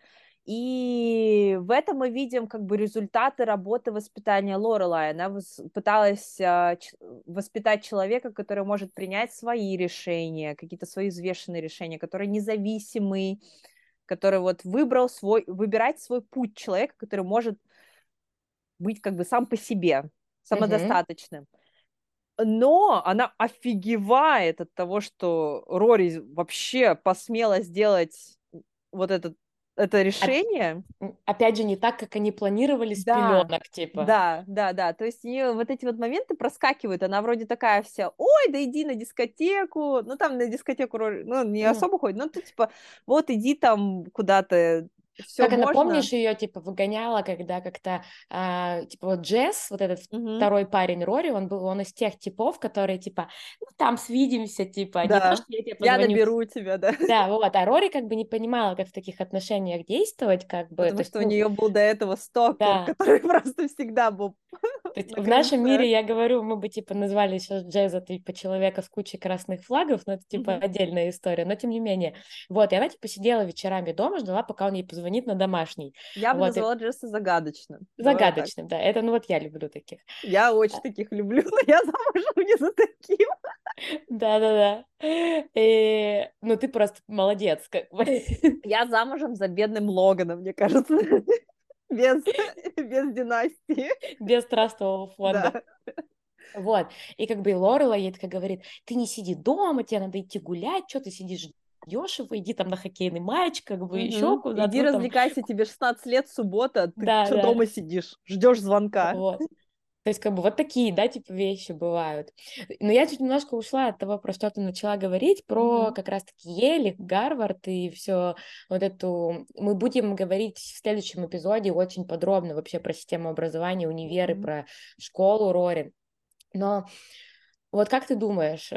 И в этом мы видим как бы результаты работы воспитания Лорелай. Она пыталась а, ч- воспитать человека, который может принять свои решения, какие-то свои взвешенные решения, который независимый, который вот выбрал свой, выбирать свой путь человека, который может быть как бы сам по себе, самодостаточным. Но она офигевает от того, что Рори вообще посмела сделать вот это, это решение. Опять же, не так, как они планировали с Да, пеленок, типа. да, да, да. То есть у нее вот эти вот моменты проскакивают. Она вроде такая вся, ой, да иди на дискотеку. Ну, там на дискотеку Рори, ну, не Mm. особо ходит, но ты типа, вот иди там куда-то, все Как она, можно. помнишь, ее, типа, выгоняла, когда как-то, а, типа, вот Джесс, вот этот Угу. второй парень Рори, он был, он из тех типов, которые, типа, ну, там свидимся, типа, Да. не то, что я тебе Я позвоню. наберу тебя, да. Да, вот, а Рори как бы не понимала, как в таких отношениях действовать, как бы, Потому то есть, что у ну, нее был до этого стокер, да. который просто всегда был То есть на в нашем крыльце. мире, я говорю, мы бы, типа, назвали сейчас Джеза, типа, человека с кучей красных флагов, но это, типа, Мгм. отдельная история, но тем не менее. Вот, и она, типа, сидела вечерами дома, ждала, пока он ей позвонит на домашний. Я бы Вот, и назвала Джесса загадочным. Давай так. загадочным, да, это, ну, вот я люблю таких. Я очень таких люблю, но я замужем не за таким. Да-да-да. И, ну, ты просто молодец, как бы. Я замужем за бедным Логаном, мне кажется. Без, без династии. Без трастового фонда. Да. Вот. И как бы Лорела ей такая говорит, ты не сиди дома, тебе надо идти гулять, что ты сидишь, ждешь его, иди там на хоккейный матч, как бы еще Угу. куда-то. Иди Ну, там... развлекайся, тебе шестнадцать лет, суббота, ты Да, что да. дома сидишь? Ждешь звонка. Вот. То есть, как бы, вот такие, да, типа, вещи бывают. Но я чуть немножко ушла от того, про что ты начала говорить, про Угу. как раз-таки Ель, Гарвард и все вот эту... Мы будем говорить в следующем эпизоде очень подробно вообще про систему образования, универы, Угу. про школу Рори. Но вот как ты думаешь,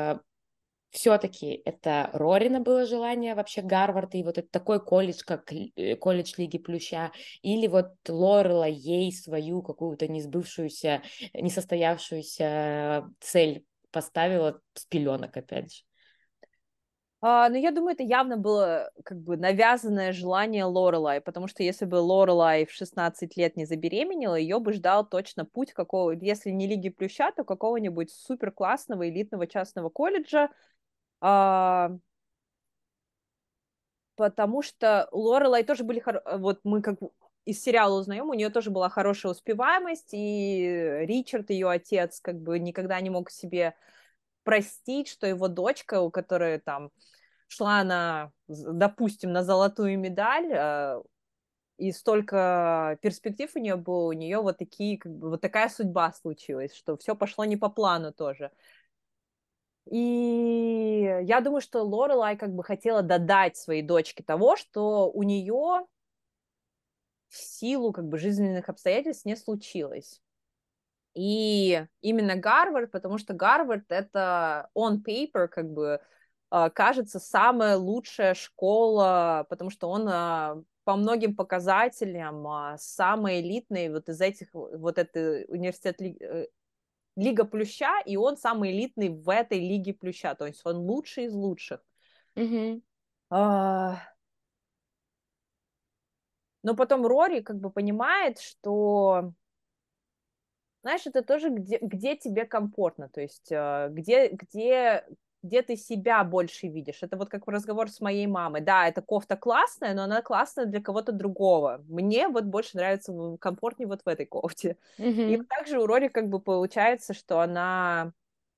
все-таки это Рорина было желание вообще Гарвард и вот это такой колледж, как э, колледж Лиги Плюща, или вот Лорела ей свою какую-то несбывшуюся, несостоявшуюся цель поставила с пеленок, опять же. А, ну, я думаю, это явно было как бы навязанное желание Лорелай, потому что если бы Лорелай в шестнадцать лет не забеременела, ее бы ждал точно путь какого, если не Лиги Плюща, то какого-нибудь супер классного элитного частного колледжа, а, потому что у Лорелай тоже были, хоро... вот мы как из сериала узнаем, у нее тоже была хорошая успеваемость, и Ричард, ее отец, как бы никогда не мог себе простить, что его дочка, у которой там шла на, допустим, на золотую медаль, э, и столько перспектив у нее было, у нее вот такие, как бы, вот такая судьба случилась, что все пошло не по плану тоже. И я думаю, что Лорелай как бы хотела додать своей дочке того, что у нее в силу как бы жизненных обстоятельств не случилось. И именно Гарвард, потому что Гарвард это on paper, как бы, кажется, самая лучшая школа, потому что он по многим показателям самый элитный вот из этих, вот это университет Лига Плюща, и он самый элитный в этой Лиге Плюща, то есть он лучший из лучших. Mm-hmm. А... Но потом Рори как бы понимает, что, знаешь, это тоже где, где тебе комфортно, то есть где, где, где ты себя больше видишь. Это вот как разговор с моей мамой. Да, эта кофта классная, но она классная для кого-то другого. Мне вот больше нравится, комфортнее вот в этой кофте. Mm-hmm. И вот также у Рори как бы получается, что она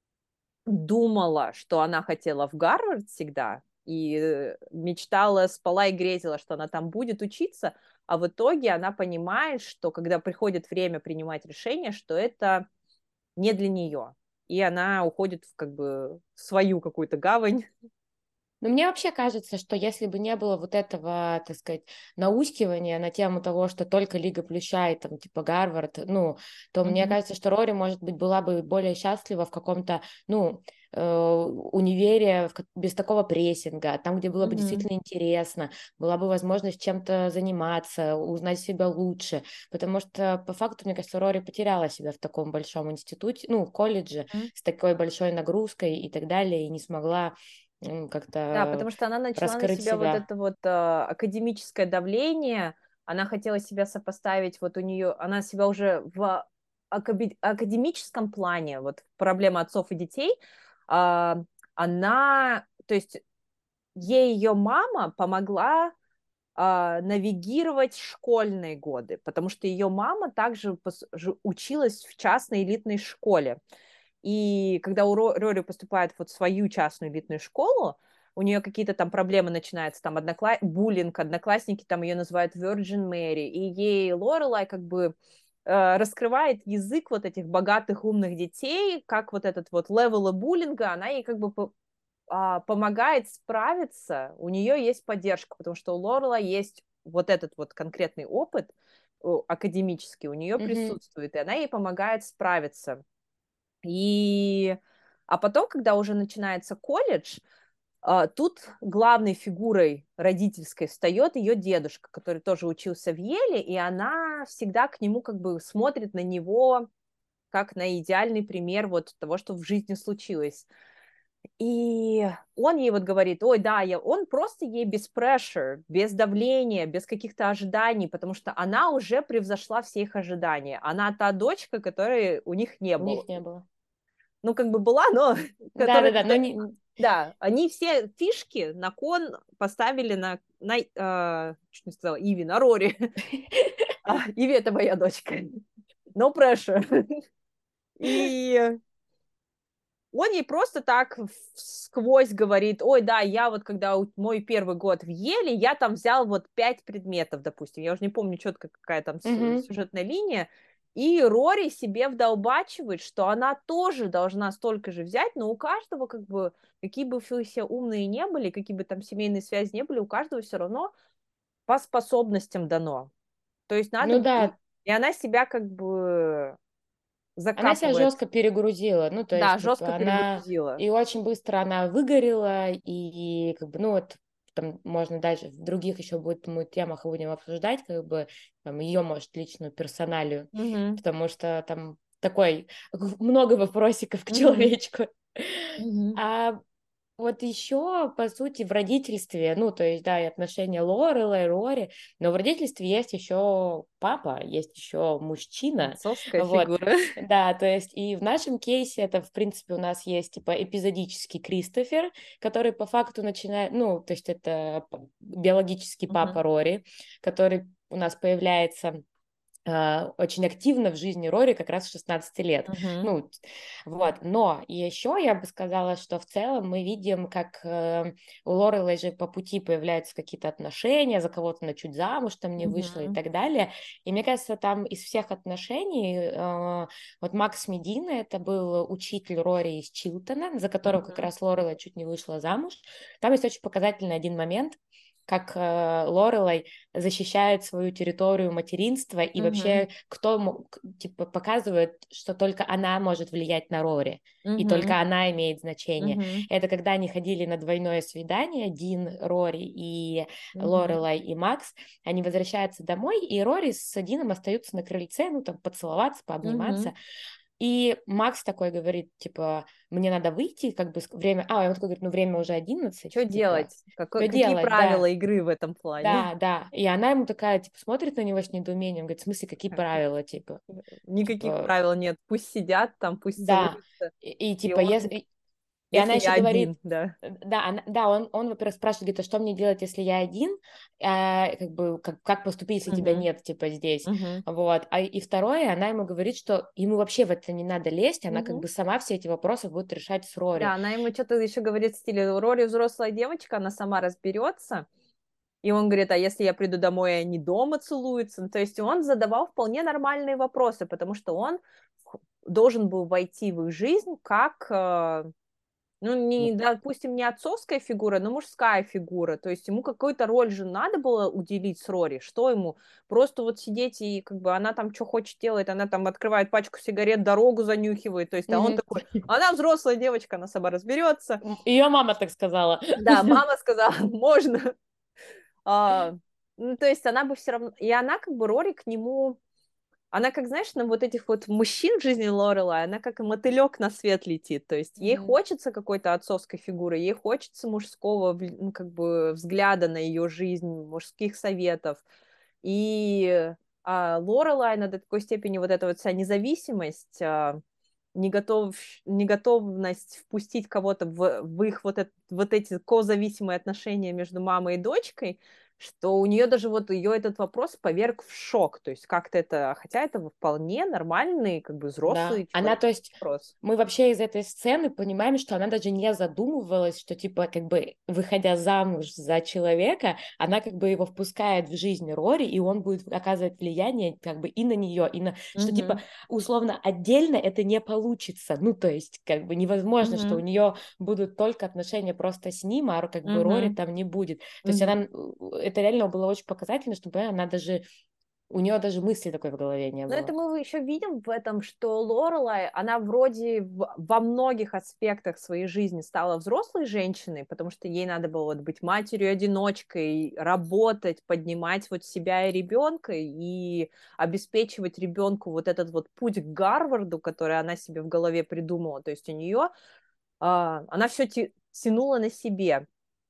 думала, что она хотела в Гарвард всегда, и мечтала, спала и грезила, что она там будет учиться, а в итоге она понимает, что когда приходит время принимать решение, что это не для нее, и она уходит в как бы свою какую-то гавань. Но мне вообще кажется, что если бы не было вот этого, так сказать, наускивания на тему того, что только Лига Плюща и там типа Гарвард, ну, то mm-hmm. мне кажется, что Рори, может быть, была бы более счастлива в каком-то, ну, э, универе без такого прессинга, там, где было mm-hmm. бы действительно интересно, была бы возможность чем-то заниматься, узнать себя лучше, потому что по факту, мне кажется, Рори потеряла себя в таком большом институте, ну, в колледже, mm-hmm. с такой большой нагрузкой и так далее, и не смогла как-то да, потому что она начала на себя, себя вот это вот э, академическое давление, она хотела себя сопоставить, вот у нее, она себя уже в академическом плане, вот проблема отцов и детей, э, она, то есть ей ее мама помогла э, навигировать школьные годы, потому что ее мама также училась в частной элитной школе. И когда у Рори поступает вот в свою частную элитную школу, у нее какие-то там проблемы начинаются, там однокла... буллинг, одноклассники там ее называют Virgin Mary, и ей Лорелай как бы э, раскрывает язык вот этих богатых, умных детей, как вот этот вот левел буллинга, она ей как бы по... а, помогает справиться, у нее есть поддержка, потому что у Лорелай есть вот этот вот конкретный опыт академический, у нее mm-hmm. присутствует, и она ей помогает справиться. И... А потом, когда уже начинается колледж, тут главной фигурой родительской встает ее дедушка, который тоже учился в Еле, и она всегда к нему как бы смотрит на него как на идеальный пример вот того, что в жизни случилось. И он ей вот говорит, ой, да, я... он просто ей без pressure, без давления, без каких-то ожиданий, потому что она уже превзошла все их ожидания. Она та дочка, которой у них не у было. них не было. Ну, как бы была, но... Да-да-да, но не... Да, они все фишки на кон поставили на, на э, чуть не сказала, Иви, на Рори. Иви — это моя дочка. No pressure. И он ей просто так сквозь говорит, ой, да, я вот когда мой первый год в Еле, я там взял вот пять предметов, допустим, я уже не помню четко, какая там mm-hmm. сюжетная линия, и Рори себе вдолбачивает, что она тоже должна столько же взять, но у каждого, как бы, какие бы все умные не были, какие бы там семейные связи не были, у каждого все равно по способностям дано. То есть надо... Ну да. И она себя как бы... Она себя жестко перегрузила, ну то да, есть жестко как бы, она перегрузила. И очень быстро она выгорела, и как бы, ну вот там можно дальше в других еще будет мы темах будем обсуждать, как бы там, ее, может, личную персоналию, mm-hmm. потому что там такой много вопросиков к mm-hmm. человечку. Mm-hmm. А вот еще, по сути, в родительстве, ну, то есть, да, и отношения Лорелай, Рори, но в родительстве есть еще папа, есть еще мужчина. Отцовская вот. фигура. Да, то есть, и в нашем кейсе это, в принципе, у нас есть, типа, эпизодический Кристофер, который по факту начинает, ну, то есть, это биологический папа uh-huh. Рори, который у нас появляется... очень активно в жизни Рори как раз в шестнадцать лет. Uh-huh. Ну, вот. Но еще я бы сказала, что в целом мы видим, как э, у Лорелай же по пути появляются какие-то отношения, за кого-то она чуть замуж там не вышла uh-huh. и так далее. И мне кажется, там из всех отношений э, вот Макс Медина, это был учитель Рори из Чилтона, за которого uh-huh. как раз Лорелай чуть не вышла замуж. Там есть очень показательный один момент, как э, Лорелай защищает свою территорию материнства, и Мгм. вообще кто, типа, показывает, что только она может влиять на Рори, и Мгм. только она имеет значение. Мгм. Это когда они ходили на двойное свидание, Дин, Рори и Мгм. Лорелай и Макс, они возвращаются домой, и Рори с Дином остаются на крыльце, ну, там, поцеловаться, Мгм. пообниматься. И Макс такой говорит, типа, мне надо выйти, как бы, время... А, он такой говорит, ну, время уже одиннадцать, Что типа, делать? Какой, что какие делать, да. правила игры в этом плане? Да, да. И она ему такая, типа, смотрит на него с недоумением, говорит, в смысле, какие правила, типа, Никаких типа, правил нет. Пусть сидят там, пусть да. целуются. И, и, И типа, он, если... И она если я еще говорит, один, да. э, да, она, да, он, он, во-первых, спрашивает, говорит, а что мне делать, если я один, а, как бы, как, как поступить, если тебя Мгм. нет, типа, здесь, Мгм. вот, а и второе, она ему говорит, что ему вообще в это не надо лезть, она как Мгм. бы сама все эти вопросы будет решать с Рори. Да, она ему что-то еще говорит в стиле Рори взрослая девочка, она сама разберется. И он говорит, а если я приду домой, и они дома целуются? Ну, то есть он задавал вполне нормальные вопросы, потому что он должен был войти в их жизнь как, э, ну, не, допустим, не отцовская фигура, но мужская фигура. То есть ему какую-то роль же надо было уделить с Рори. Что ему? Просто вот сидеть и как бы она там что хочет делает, она там открывает пачку сигарет, дорогу занюхивает. То есть, а он Мгм. такой, она взрослая девочка, она сама разберется. Ее мама так сказала. Да, мама сказала, можно. А, ну, то есть она бы все равно... И она как бы Рори к нему... Она, как, знаешь, на вот этих вот мужчин в жизни Лорелай, она как и мотылек на свет летит. То есть ей Мгм. хочется какой-то отцовской фигуры, ей хочется мужского, ну, как бы, взгляда на ее жизнь, мужских советов. И а, Лорелай на такой степени вот эта вот вся независимость, а, неготов, неготовность впустить кого-то в, в их вот, это, вот эти козависимые отношения между мамой и дочкой, что у нее даже вот ее этот вопрос поверг в шок. То есть как-то это, хотя это вполне нормальный, как бы Да, взрослый она, то человеческий есть, вопрос. мы вообще из этой сцены понимаем, что она даже не задумывалась, что, типа, как бы, выходя замуж за человека, она, как бы, его впускает в жизнь Рори, и он будет оказывать влияние, как бы, и на нее, и на... Что, типа, Угу, условно, отдельно это не получится. Ну, то есть, как бы, невозможно, что у угу, нее будут только отношения просто с ним, а, как бы, Рори угу, там не будет. То есть, угу. она... Это реально было очень показательно, чтобы она даже... У нее даже мысли такой в голове не Но это было. мы еще видим в этом, что Лорелай, она вроде в- во многих аспектах своей жизни стала взрослой женщиной, потому что ей надо было вот быть матерью-одиночкой, работать, поднимать вот себя и ребенка и обеспечивать ребенку вот этот вот путь к Гарварду, который она себе в голове придумала. То есть у нее, а, она все тянула на себе.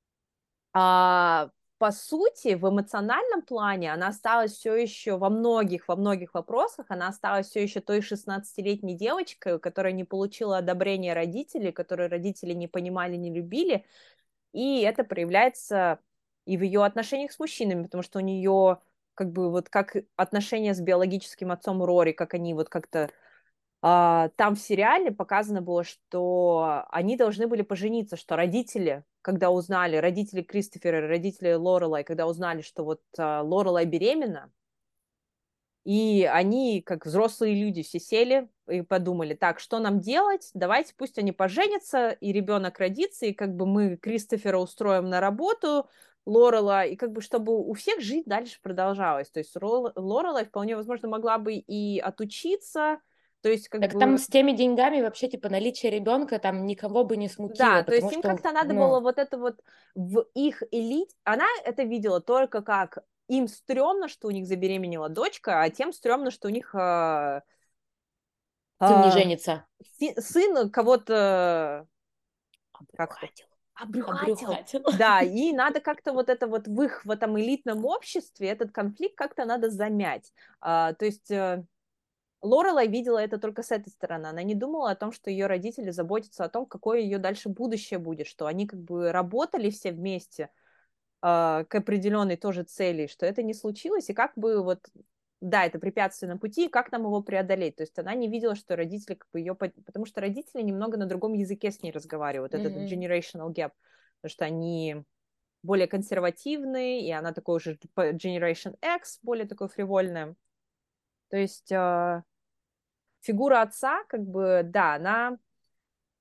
А, по сути, в эмоциональном плане она осталась все еще во многих, во многих вопросах, она осталась все еще той шестнадцатилетней девочкой, которая не получила одобрения родителей, которую родители не понимали, не любили, и это проявляется и в ее отношениях с мужчинами, потому что у нее как бы вот как отношения с биологическим отцом Рори, как они вот как-то а, там в сериале показано было, что они должны были пожениться, что родители, когда узнали, родители Кристофера, родители Лорелай, когда узнали, что вот а, Лорелай беременна, и они, как взрослые люди, все сели и подумали, так, что нам делать? Давайте, пусть они поженятся, и ребенок родится, и как бы мы Кристофера устроим на работу, Лорела, и как бы чтобы у всех жизнь дальше продолжалась. То есть Лорелай вполне возможно могла бы и отучиться, то есть как Так там бы с теми деньгами вообще, типа, наличие ребенка там никого бы не смутило, да, то есть потому им что, как-то надо было ну, вот это вот в их элите. Она это видела только как им стрёмно, что у них забеременела дочка, а тем стрёмно, что у них а, сын не а, женится. фи- сын кого-то как-то Обрюхатил. обрюхатил. Обрюхатил. Да, и надо как-то вот это вот в их в этом элитном обществе этот конфликт как-то надо замять. А, то есть э, Лорелай видела это только с этой стороны. Она не думала о том, что ее родители заботятся о том, какое ее дальше будущее будет, что они как бы работали все вместе э, к определенной тоже цели, что это не случилось, и как бы вот, да, это препятствие на пути, и как нам его преодолеть. То есть она не видела, что родители как бы ее... Потому что родители немного на другом языке с ней разговаривают, этот Мгм. generational gap, потому что они более консервативные, и она такой же Generation X, более такой фривольная. То есть э, фигура отца, как бы, да, она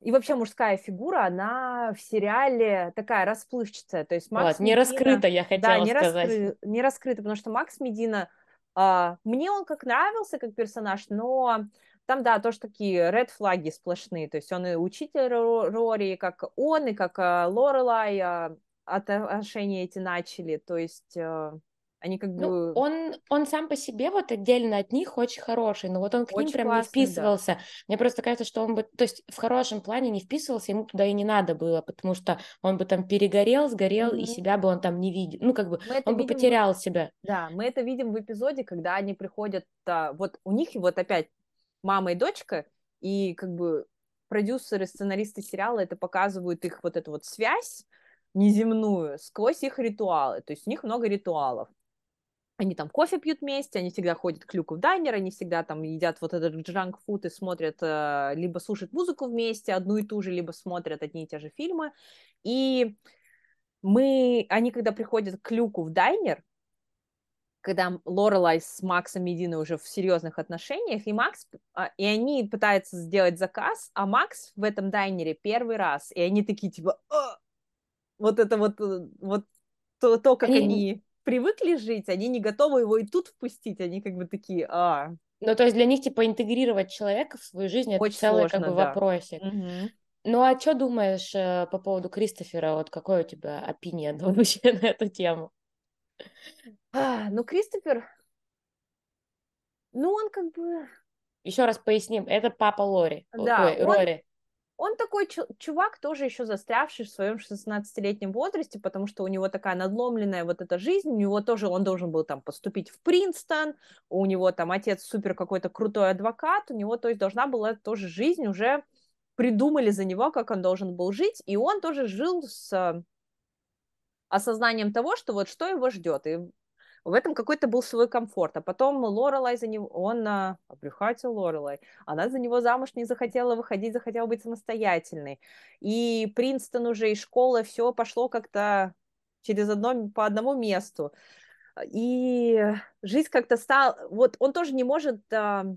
И вообще мужская фигура, она в сериале такая расплывчатая. То есть Макс Вот, не Медина, раскрыто, я да, хотела не, сказать. раскры... не раскрыто, потому что Макс Медина, а, мне он как нравился, как персонаж, но там, да, тоже такие ред флаги сплошные. То есть он и учитель Ро- Рори, как он, и как а, Лорелай а, отношения эти начали. То есть а, они как Ну, бы он, он сам по себе вот отдельно от них очень хороший, но вот он к ним очень прям не классные, да. вписывался. Мне просто кажется, что он бы, то есть в хорошем плане не вписывался, ему туда и не надо было, потому что он бы там перегорел, сгорел, и Мгм. себя бы он там не видел. Ну, как бы Мы это он бы видим в потерял себя. Да, мы это видим в эпизоде, когда они приходят, а, вот у них вот опять мама и дочка, и как бы продюсеры, сценаристы сериала это показывают их вот эту вот связь неземную сквозь их ритуалы. То есть у них много ритуалов. Они там кофе пьют вместе, они всегда ходят к люку в дайнер, они всегда там едят вот этот джанк-фуд и смотрят, э, либо слушают музыку вместе, одну и ту же, либо смотрят одни и те же фильмы. И мы, они когда приходят к люку в дайнер, когда Лорелай с Максом Мединой уже в серьезных отношениях, и Макс, а, и они пытаются сделать заказ, а Макс в этом дайнере первый раз, и они такие типа, «А!» вот это вот, э, вот то, то, как Они, они привыкли жить, они не готовы его и тут впустить, они как бы такие, а, ну, то есть для них, типа, интегрировать человека в свою жизнь, это очень целый, как сложно, бы, да. вопросик. Мгм. Ну, а что думаешь э, по поводу Кристофера? Вот какой у тебя опинион вообще на эту тему? А, ну, Кристофер, ну, он как бы, Еще раз поясним, это папа Лори, О- да, ой, он Рори. Он такой чу- чувак, тоже еще застрявший в своем шестнадцатилетнем возрасте, потому что у него такая надломленная вот эта жизнь, у него тоже, он должен был там поступить в Принстон, у него там отец супер какой-то крутой адвокат, у него, то есть, должна была тоже жизнь, уже придумали за него, как он должен был жить, и он тоже жил с э, осознанием того, что вот что его ждет, и в этом какой-то был свой комфорт. А потом Лорелай за него, он а, обрюхатил Лорелай, она за него замуж не захотела выходить, захотела быть самостоятельной. И Принстон уже, и школа, все пошло как-то через одно, по одному месту. И жизнь как-то стала... Вот он тоже не может... а,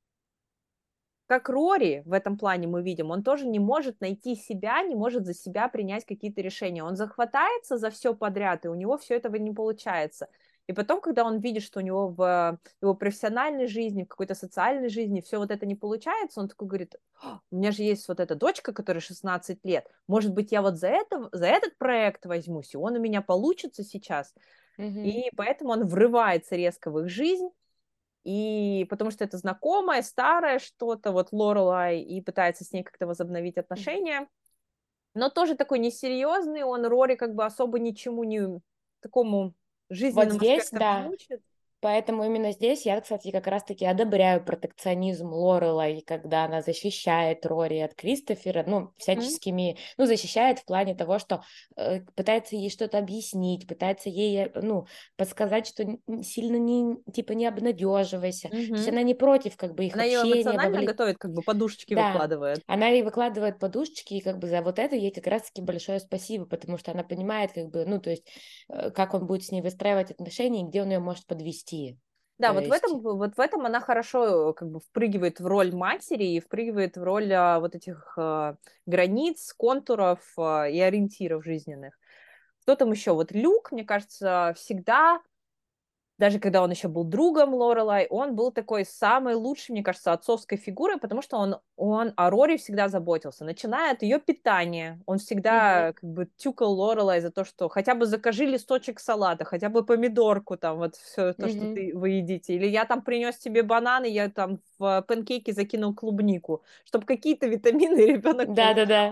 как Рори в этом плане мы видим, он тоже не может найти себя, не может за себя принять какие-то решения. Он захватается за все подряд, и у него все этого не получается. И потом, когда он видит, что у него в его профессиональной жизни, в какой-то социальной жизни все вот это не получается, он такой говорит, «А, у меня же есть вот эта дочка, которая шестнадцать лет, может быть, я вот за, это, за этот проект возьмусь, и он у меня получится сейчас». Мгм. И поэтому он врывается резко в их жизнь, и потому что это знакомое, старое что-то, вот Лорелай, и пытается с ней как-то возобновить отношения. Но тоже такой несерьезный, он Рори как бы особо ничему не такому Вот жизненным здесь, аспектам не да. учит. Поэтому именно здесь я, кстати, как раз-таки одобряю протекционизм Лорелай, когда она защищает Рори от Кристофера, ну, Мгм. всяческими, ну, защищает в плане того, что э, пытается ей что-то объяснить, пытается ей, э, ну, подсказать, что н- н- сильно не, типа, не обнадеживайся. То есть Мгм. она не против, как бы, их Она ее общения, эмоционально вовлек... готовит, как бы подушечки Да, выкладывает. она ей выкладывает подушечки, и как бы за вот это ей как раз-таки большое спасибо, потому что она понимает, как бы, ну, то есть, э, как он будет с ней выстраивать отношения, и где он ее может подвести. Да, То вот в есть... этом, вот в этом она хорошо как бы впрыгивает в роль матери и впрыгивает в роль а, вот этих а, границ, контуров а, и ориентиров жизненных. Кто там еще? Вот Люк, мне кажется, всегда, даже когда он еще был другом Лорелай, он был такой самой лучшей, мне кажется, отцовской фигурой, потому что он, он о Рори всегда заботился, начиная от ее питания. Он Мгм. всегда как бы тюкал Лорелай за то, что хотя бы закажи листочек салата, хотя бы помидорку, там вот все то, что Мгм. ты, вы едите. Или я там принес тебе бананы, я там в панкейки закинул клубнику, чтобы какие-то витамины ребенок получил. Да-да-да.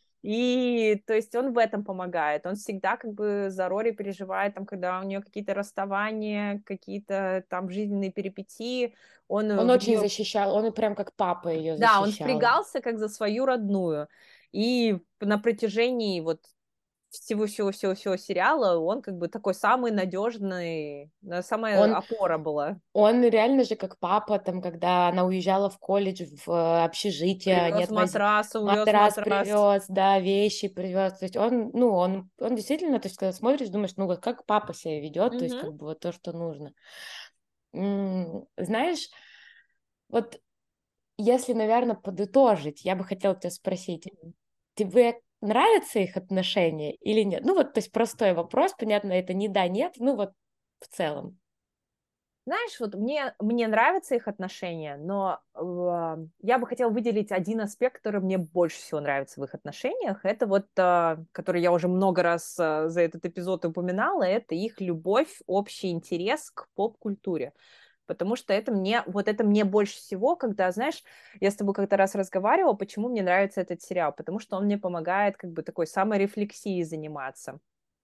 И, то есть, он в этом помогает. Он всегда как бы за Рори переживает, там, когда у нее какие-то расставания, какие-то там жизненные перипетии. Он Он в очень нее, защищал, он и прям как папа ее да, он защищал. впрягался как за свою родную. И на протяжении вот всего-всего-всего-всего сериала он как бы такой самый надежный, на- самая Он, опора была. он реально же как папа, там, когда она уезжала в колледж, в э, общежитие, они Привез отвозили, матрас, увез матрас матрас. привез, да, вещи привез. То есть он, ну, он, он действительно, то есть когда смотришь, думаешь, ну, вот как папа себя ведет, то есть Мгм. как бы вот то, что нужно. М, Знаешь, вот если, наверное, подытожить, я бы хотела тебя спросить, тебе нравятся их отношения или нет? Ну вот, то есть простой вопрос, понятно, это не да, нет, ну вот в целом. Знаешь, вот мне, мне нравятся их отношения, но э, я бы хотела выделить один аспект, который мне больше всего нравится в их отношениях. Это вот, э, который я уже много раз э, за этот эпизод упоминала, это их любовь, общий интерес к поп-культуре. Потому что это мне, вот это мне больше всего, когда, знаешь, я с тобой как-то раз разговаривала, почему мне нравится этот сериал, потому что он мне помогает как бы такой саморефлексией заниматься.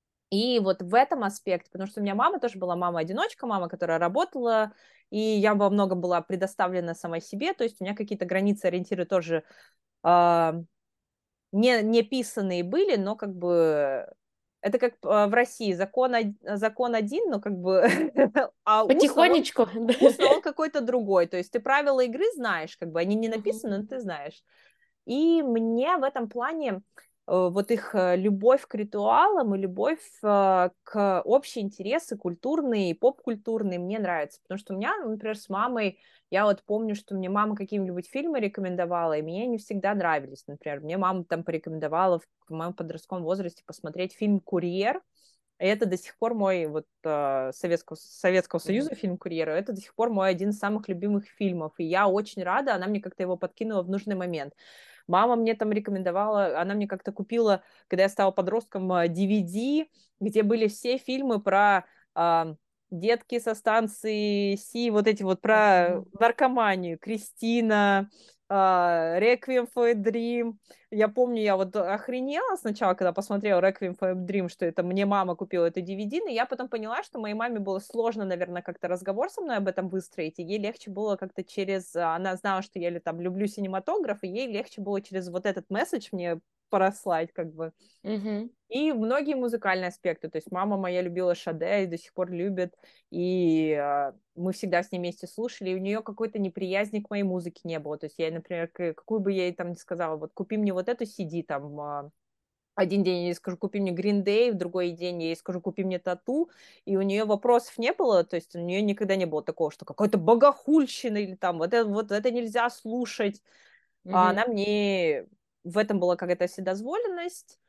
И вот в этом аспекте, потому что у меня мама тоже была мама-одиночка, мама, которая работала, и я во многом была предоставлена самой себе, то есть у меня какие-то границы, ориентиры тоже э, не, не писанные были, но как бы это как э, в России закон, закон один, но как бы а устно он, Потихонечку, да. устно он какой-то другой, то есть ты правила игры знаешь, как бы они не Мгм. написаны, но ты знаешь. И мне в этом плане э, вот их э, любовь к ритуалам и любовь э, к общие интересы культурные и поп-культурные мне нравится. Потому что у меня, например, с мамой, я вот помню, что мне мама какие-нибудь фильмы рекомендовала, и мне не всегда нравились. Например, мне мама там порекомендовала в моем подростковом возрасте посмотреть фильм «Курьер», и это до сих пор мой вот э, Советского, Советского Мгм. Союза фильм «Курьер», это до сих пор мой один из самых любимых фильмов, и я очень рада, она мне как-то его подкинула в нужный момент. Мама мне там рекомендовала, она мне как-то купила, когда я стала подростком, ди ви ди, где были все фильмы про а, детки со станции Си, вот эти вот про Мгм. наркоманию, Кристина, а, Requiem for a Dream. Я помню, я вот охренела сначала, когда посмотрела Requiem for a Dream, что это мне мама купила это ди ви ди, но я потом поняла, что моей маме было сложно, наверное, как-то разговор со мной об этом выстроить, и ей легче было как-то через... Она знала, что я там люблю синематограф, и ей легче было через вот этот месседж мне порослать, как бы. Мгм. И многие музыкальные аспекты. То есть мама моя любила Шаде и до сих пор любит. И э, мы всегда с ней вместе слушали. И у нее какой-то неприязни к моей музыке не было. То есть я, например, какую бы я ей там ни сказала, вот купи мне вот эту си ди там, э, один день я ей скажу, купи мне Green Day, в другой день я ей скажу, купи мне Тату, и у нее вопросов не было, то есть у нее никогда не было такого, что какой-то богохульщина или там вот это, вот это нельзя слушать. А Мгм. она мне... В этом была какая-то вседозволенность,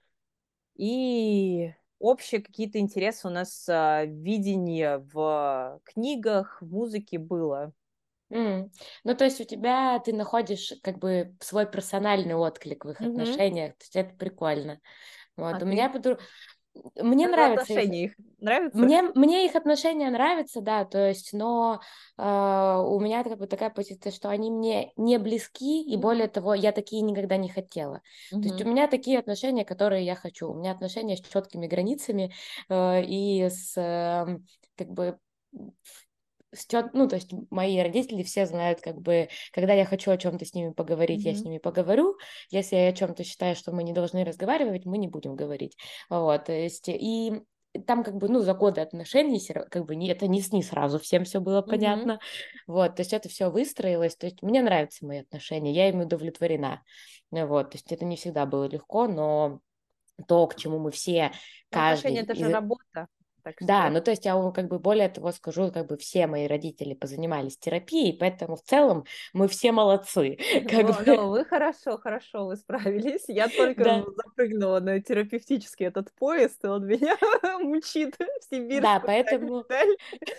и общие какие-то интересы у нас, а, видение в книгах, в музыке было. М. Ну, то есть у тебя ты находишь как бы свой персональный отклик в их Мгм. отношениях, то есть это прикольно. А Вот у меня ты? подру- мне Как в нравится их, отношениях нравится? мне мне их отношения нравятся, да, то есть, но э, у меня как бы такая позиция, что они мне не близки, и более Мгм. того, я такие никогда не хотела. То есть у Мгм. меня такие отношения, которые я хочу. У меня отношения с четкими границами э, и с э, как бы с тет- ну, то есть мои родители все знают, как бы, когда я хочу о чем-то с ними поговорить, я с Мгм. ними поговорю. Если я о чем-то считаю, что мы не должны разговаривать, мы не будем говорить. Вот, то есть, и там как бы, ну, за годы отношений, всё ра- как бы, не, это не, с- не сразу всем все было Мгм. понятно. Вот, то есть это все выстроилось, то есть мне нравятся мои отношения, я ими удовлетворена. Вот, то есть это не всегда было легко, но то, к чему мы все, Но отношения — каждый это же из работа, так да, что... ну то есть я вам как бы более того скажу, как бы все мои родители позанимались терапией, поэтому в целом мы все молодцы, как Ну, ну, бы, вы хорошо, хорошо, вы справились. Я только да, запрыгнула на терапевтический этот поезд, и он меня мучит в да, сибирскую поэтому даль.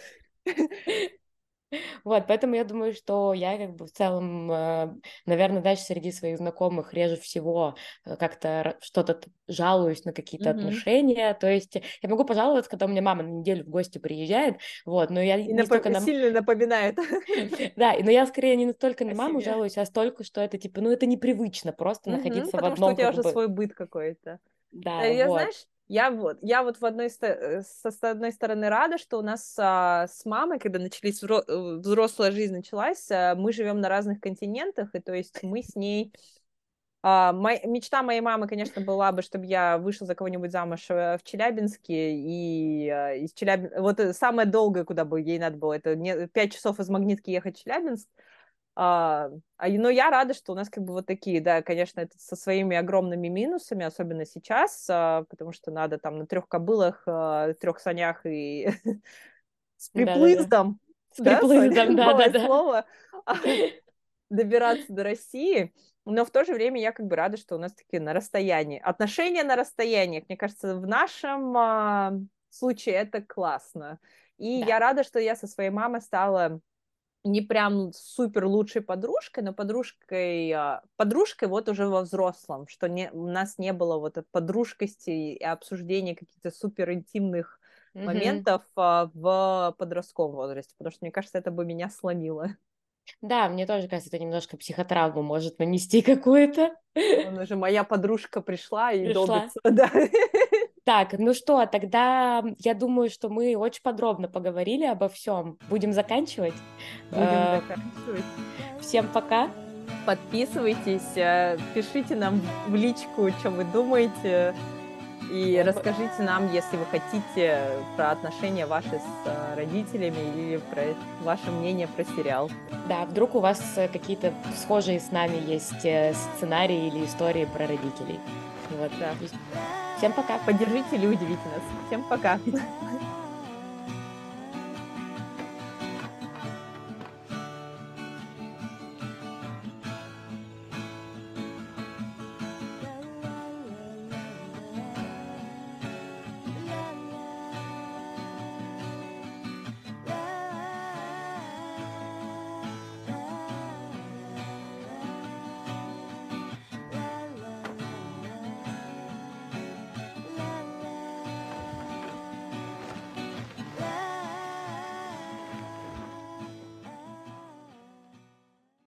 вот, поэтому я думаю, что я как бы в целом, наверное, дальше среди своих знакомых реже всего э, как-то р- что-то т- жалуюсь на какие-то Мгм. отношения, то есть я могу пожаловаться, когда у меня мама на неделю в гости приезжает, вот, но я И не столько напо- на сильно напоминает да, и- но я скорее не настолько на о маму себе. жалуюсь, а столько, что это типа, ну это непривычно просто Мгм. находиться в Потому что у одном тебя как уже бы, свой быт какой-то. да, Э, Я, вот. знаешь, я вот, я вот в одной, сто- э, со с одной стороны рада, что у нас а, с мамой, когда начались вро- э, взрослая жизнь началась, а, мы живем на разных континентах, и то есть мы с ней... а, мой- мечта моей мамы, конечно, была бы, чтобы я вышла за кого-нибудь замуж э, в Челябинске, и а, из Челябин... вот э, самое долгое, куда бы ей надо было, это не... пять часов из Магнитки ехать в Челябинск. А, а, но я рада, что у нас как бы вот такие, да, конечно, это со своими огромными минусами, особенно сейчас, а, потому что надо там на трех кобылах, а, трех санях и с Да-да-да. приплыздом, С да, Соня, приплыздом, новое да-да-да. слово. добираться до России, но в то же время я как бы рада, что у нас такие на расстоянии. Отношения на расстоянии, мне кажется, в нашем а, случае это классно. И Да. я рада, что я со своей мамой стала не прям супер лучшей подружкой, но подружкой, а, подружкой вот уже во взрослом, что не, у нас не было вот этой подружкости и обсуждения каких-то супер интимных Мгм. моментов а, в подростковом возрасте, потому что, мне кажется, это бы меня сломило. Да, мне тоже кажется, это немножко психотравму может нанести какую-то. Вон уже моя подружка пришла и Пришла. долбится, да. Так, ну что, тогда я думаю, что мы очень подробно поговорили обо всем. Будем заканчивать. Будем Э, заканчивать. Всем пока. Подписывайтесь, э, пишите нам в личку, что вы думаете, и Вот мы- расскажите нам, если вы хотите, про отношения ваши с э, родителями или про ваше мнение про сериал. Да, вдруг у вас э, какие-то схожие с нами есть э, сценарии или истории про родителей. Вот. Да. Всем пока. Поддержите или удивите нас. Всем пока.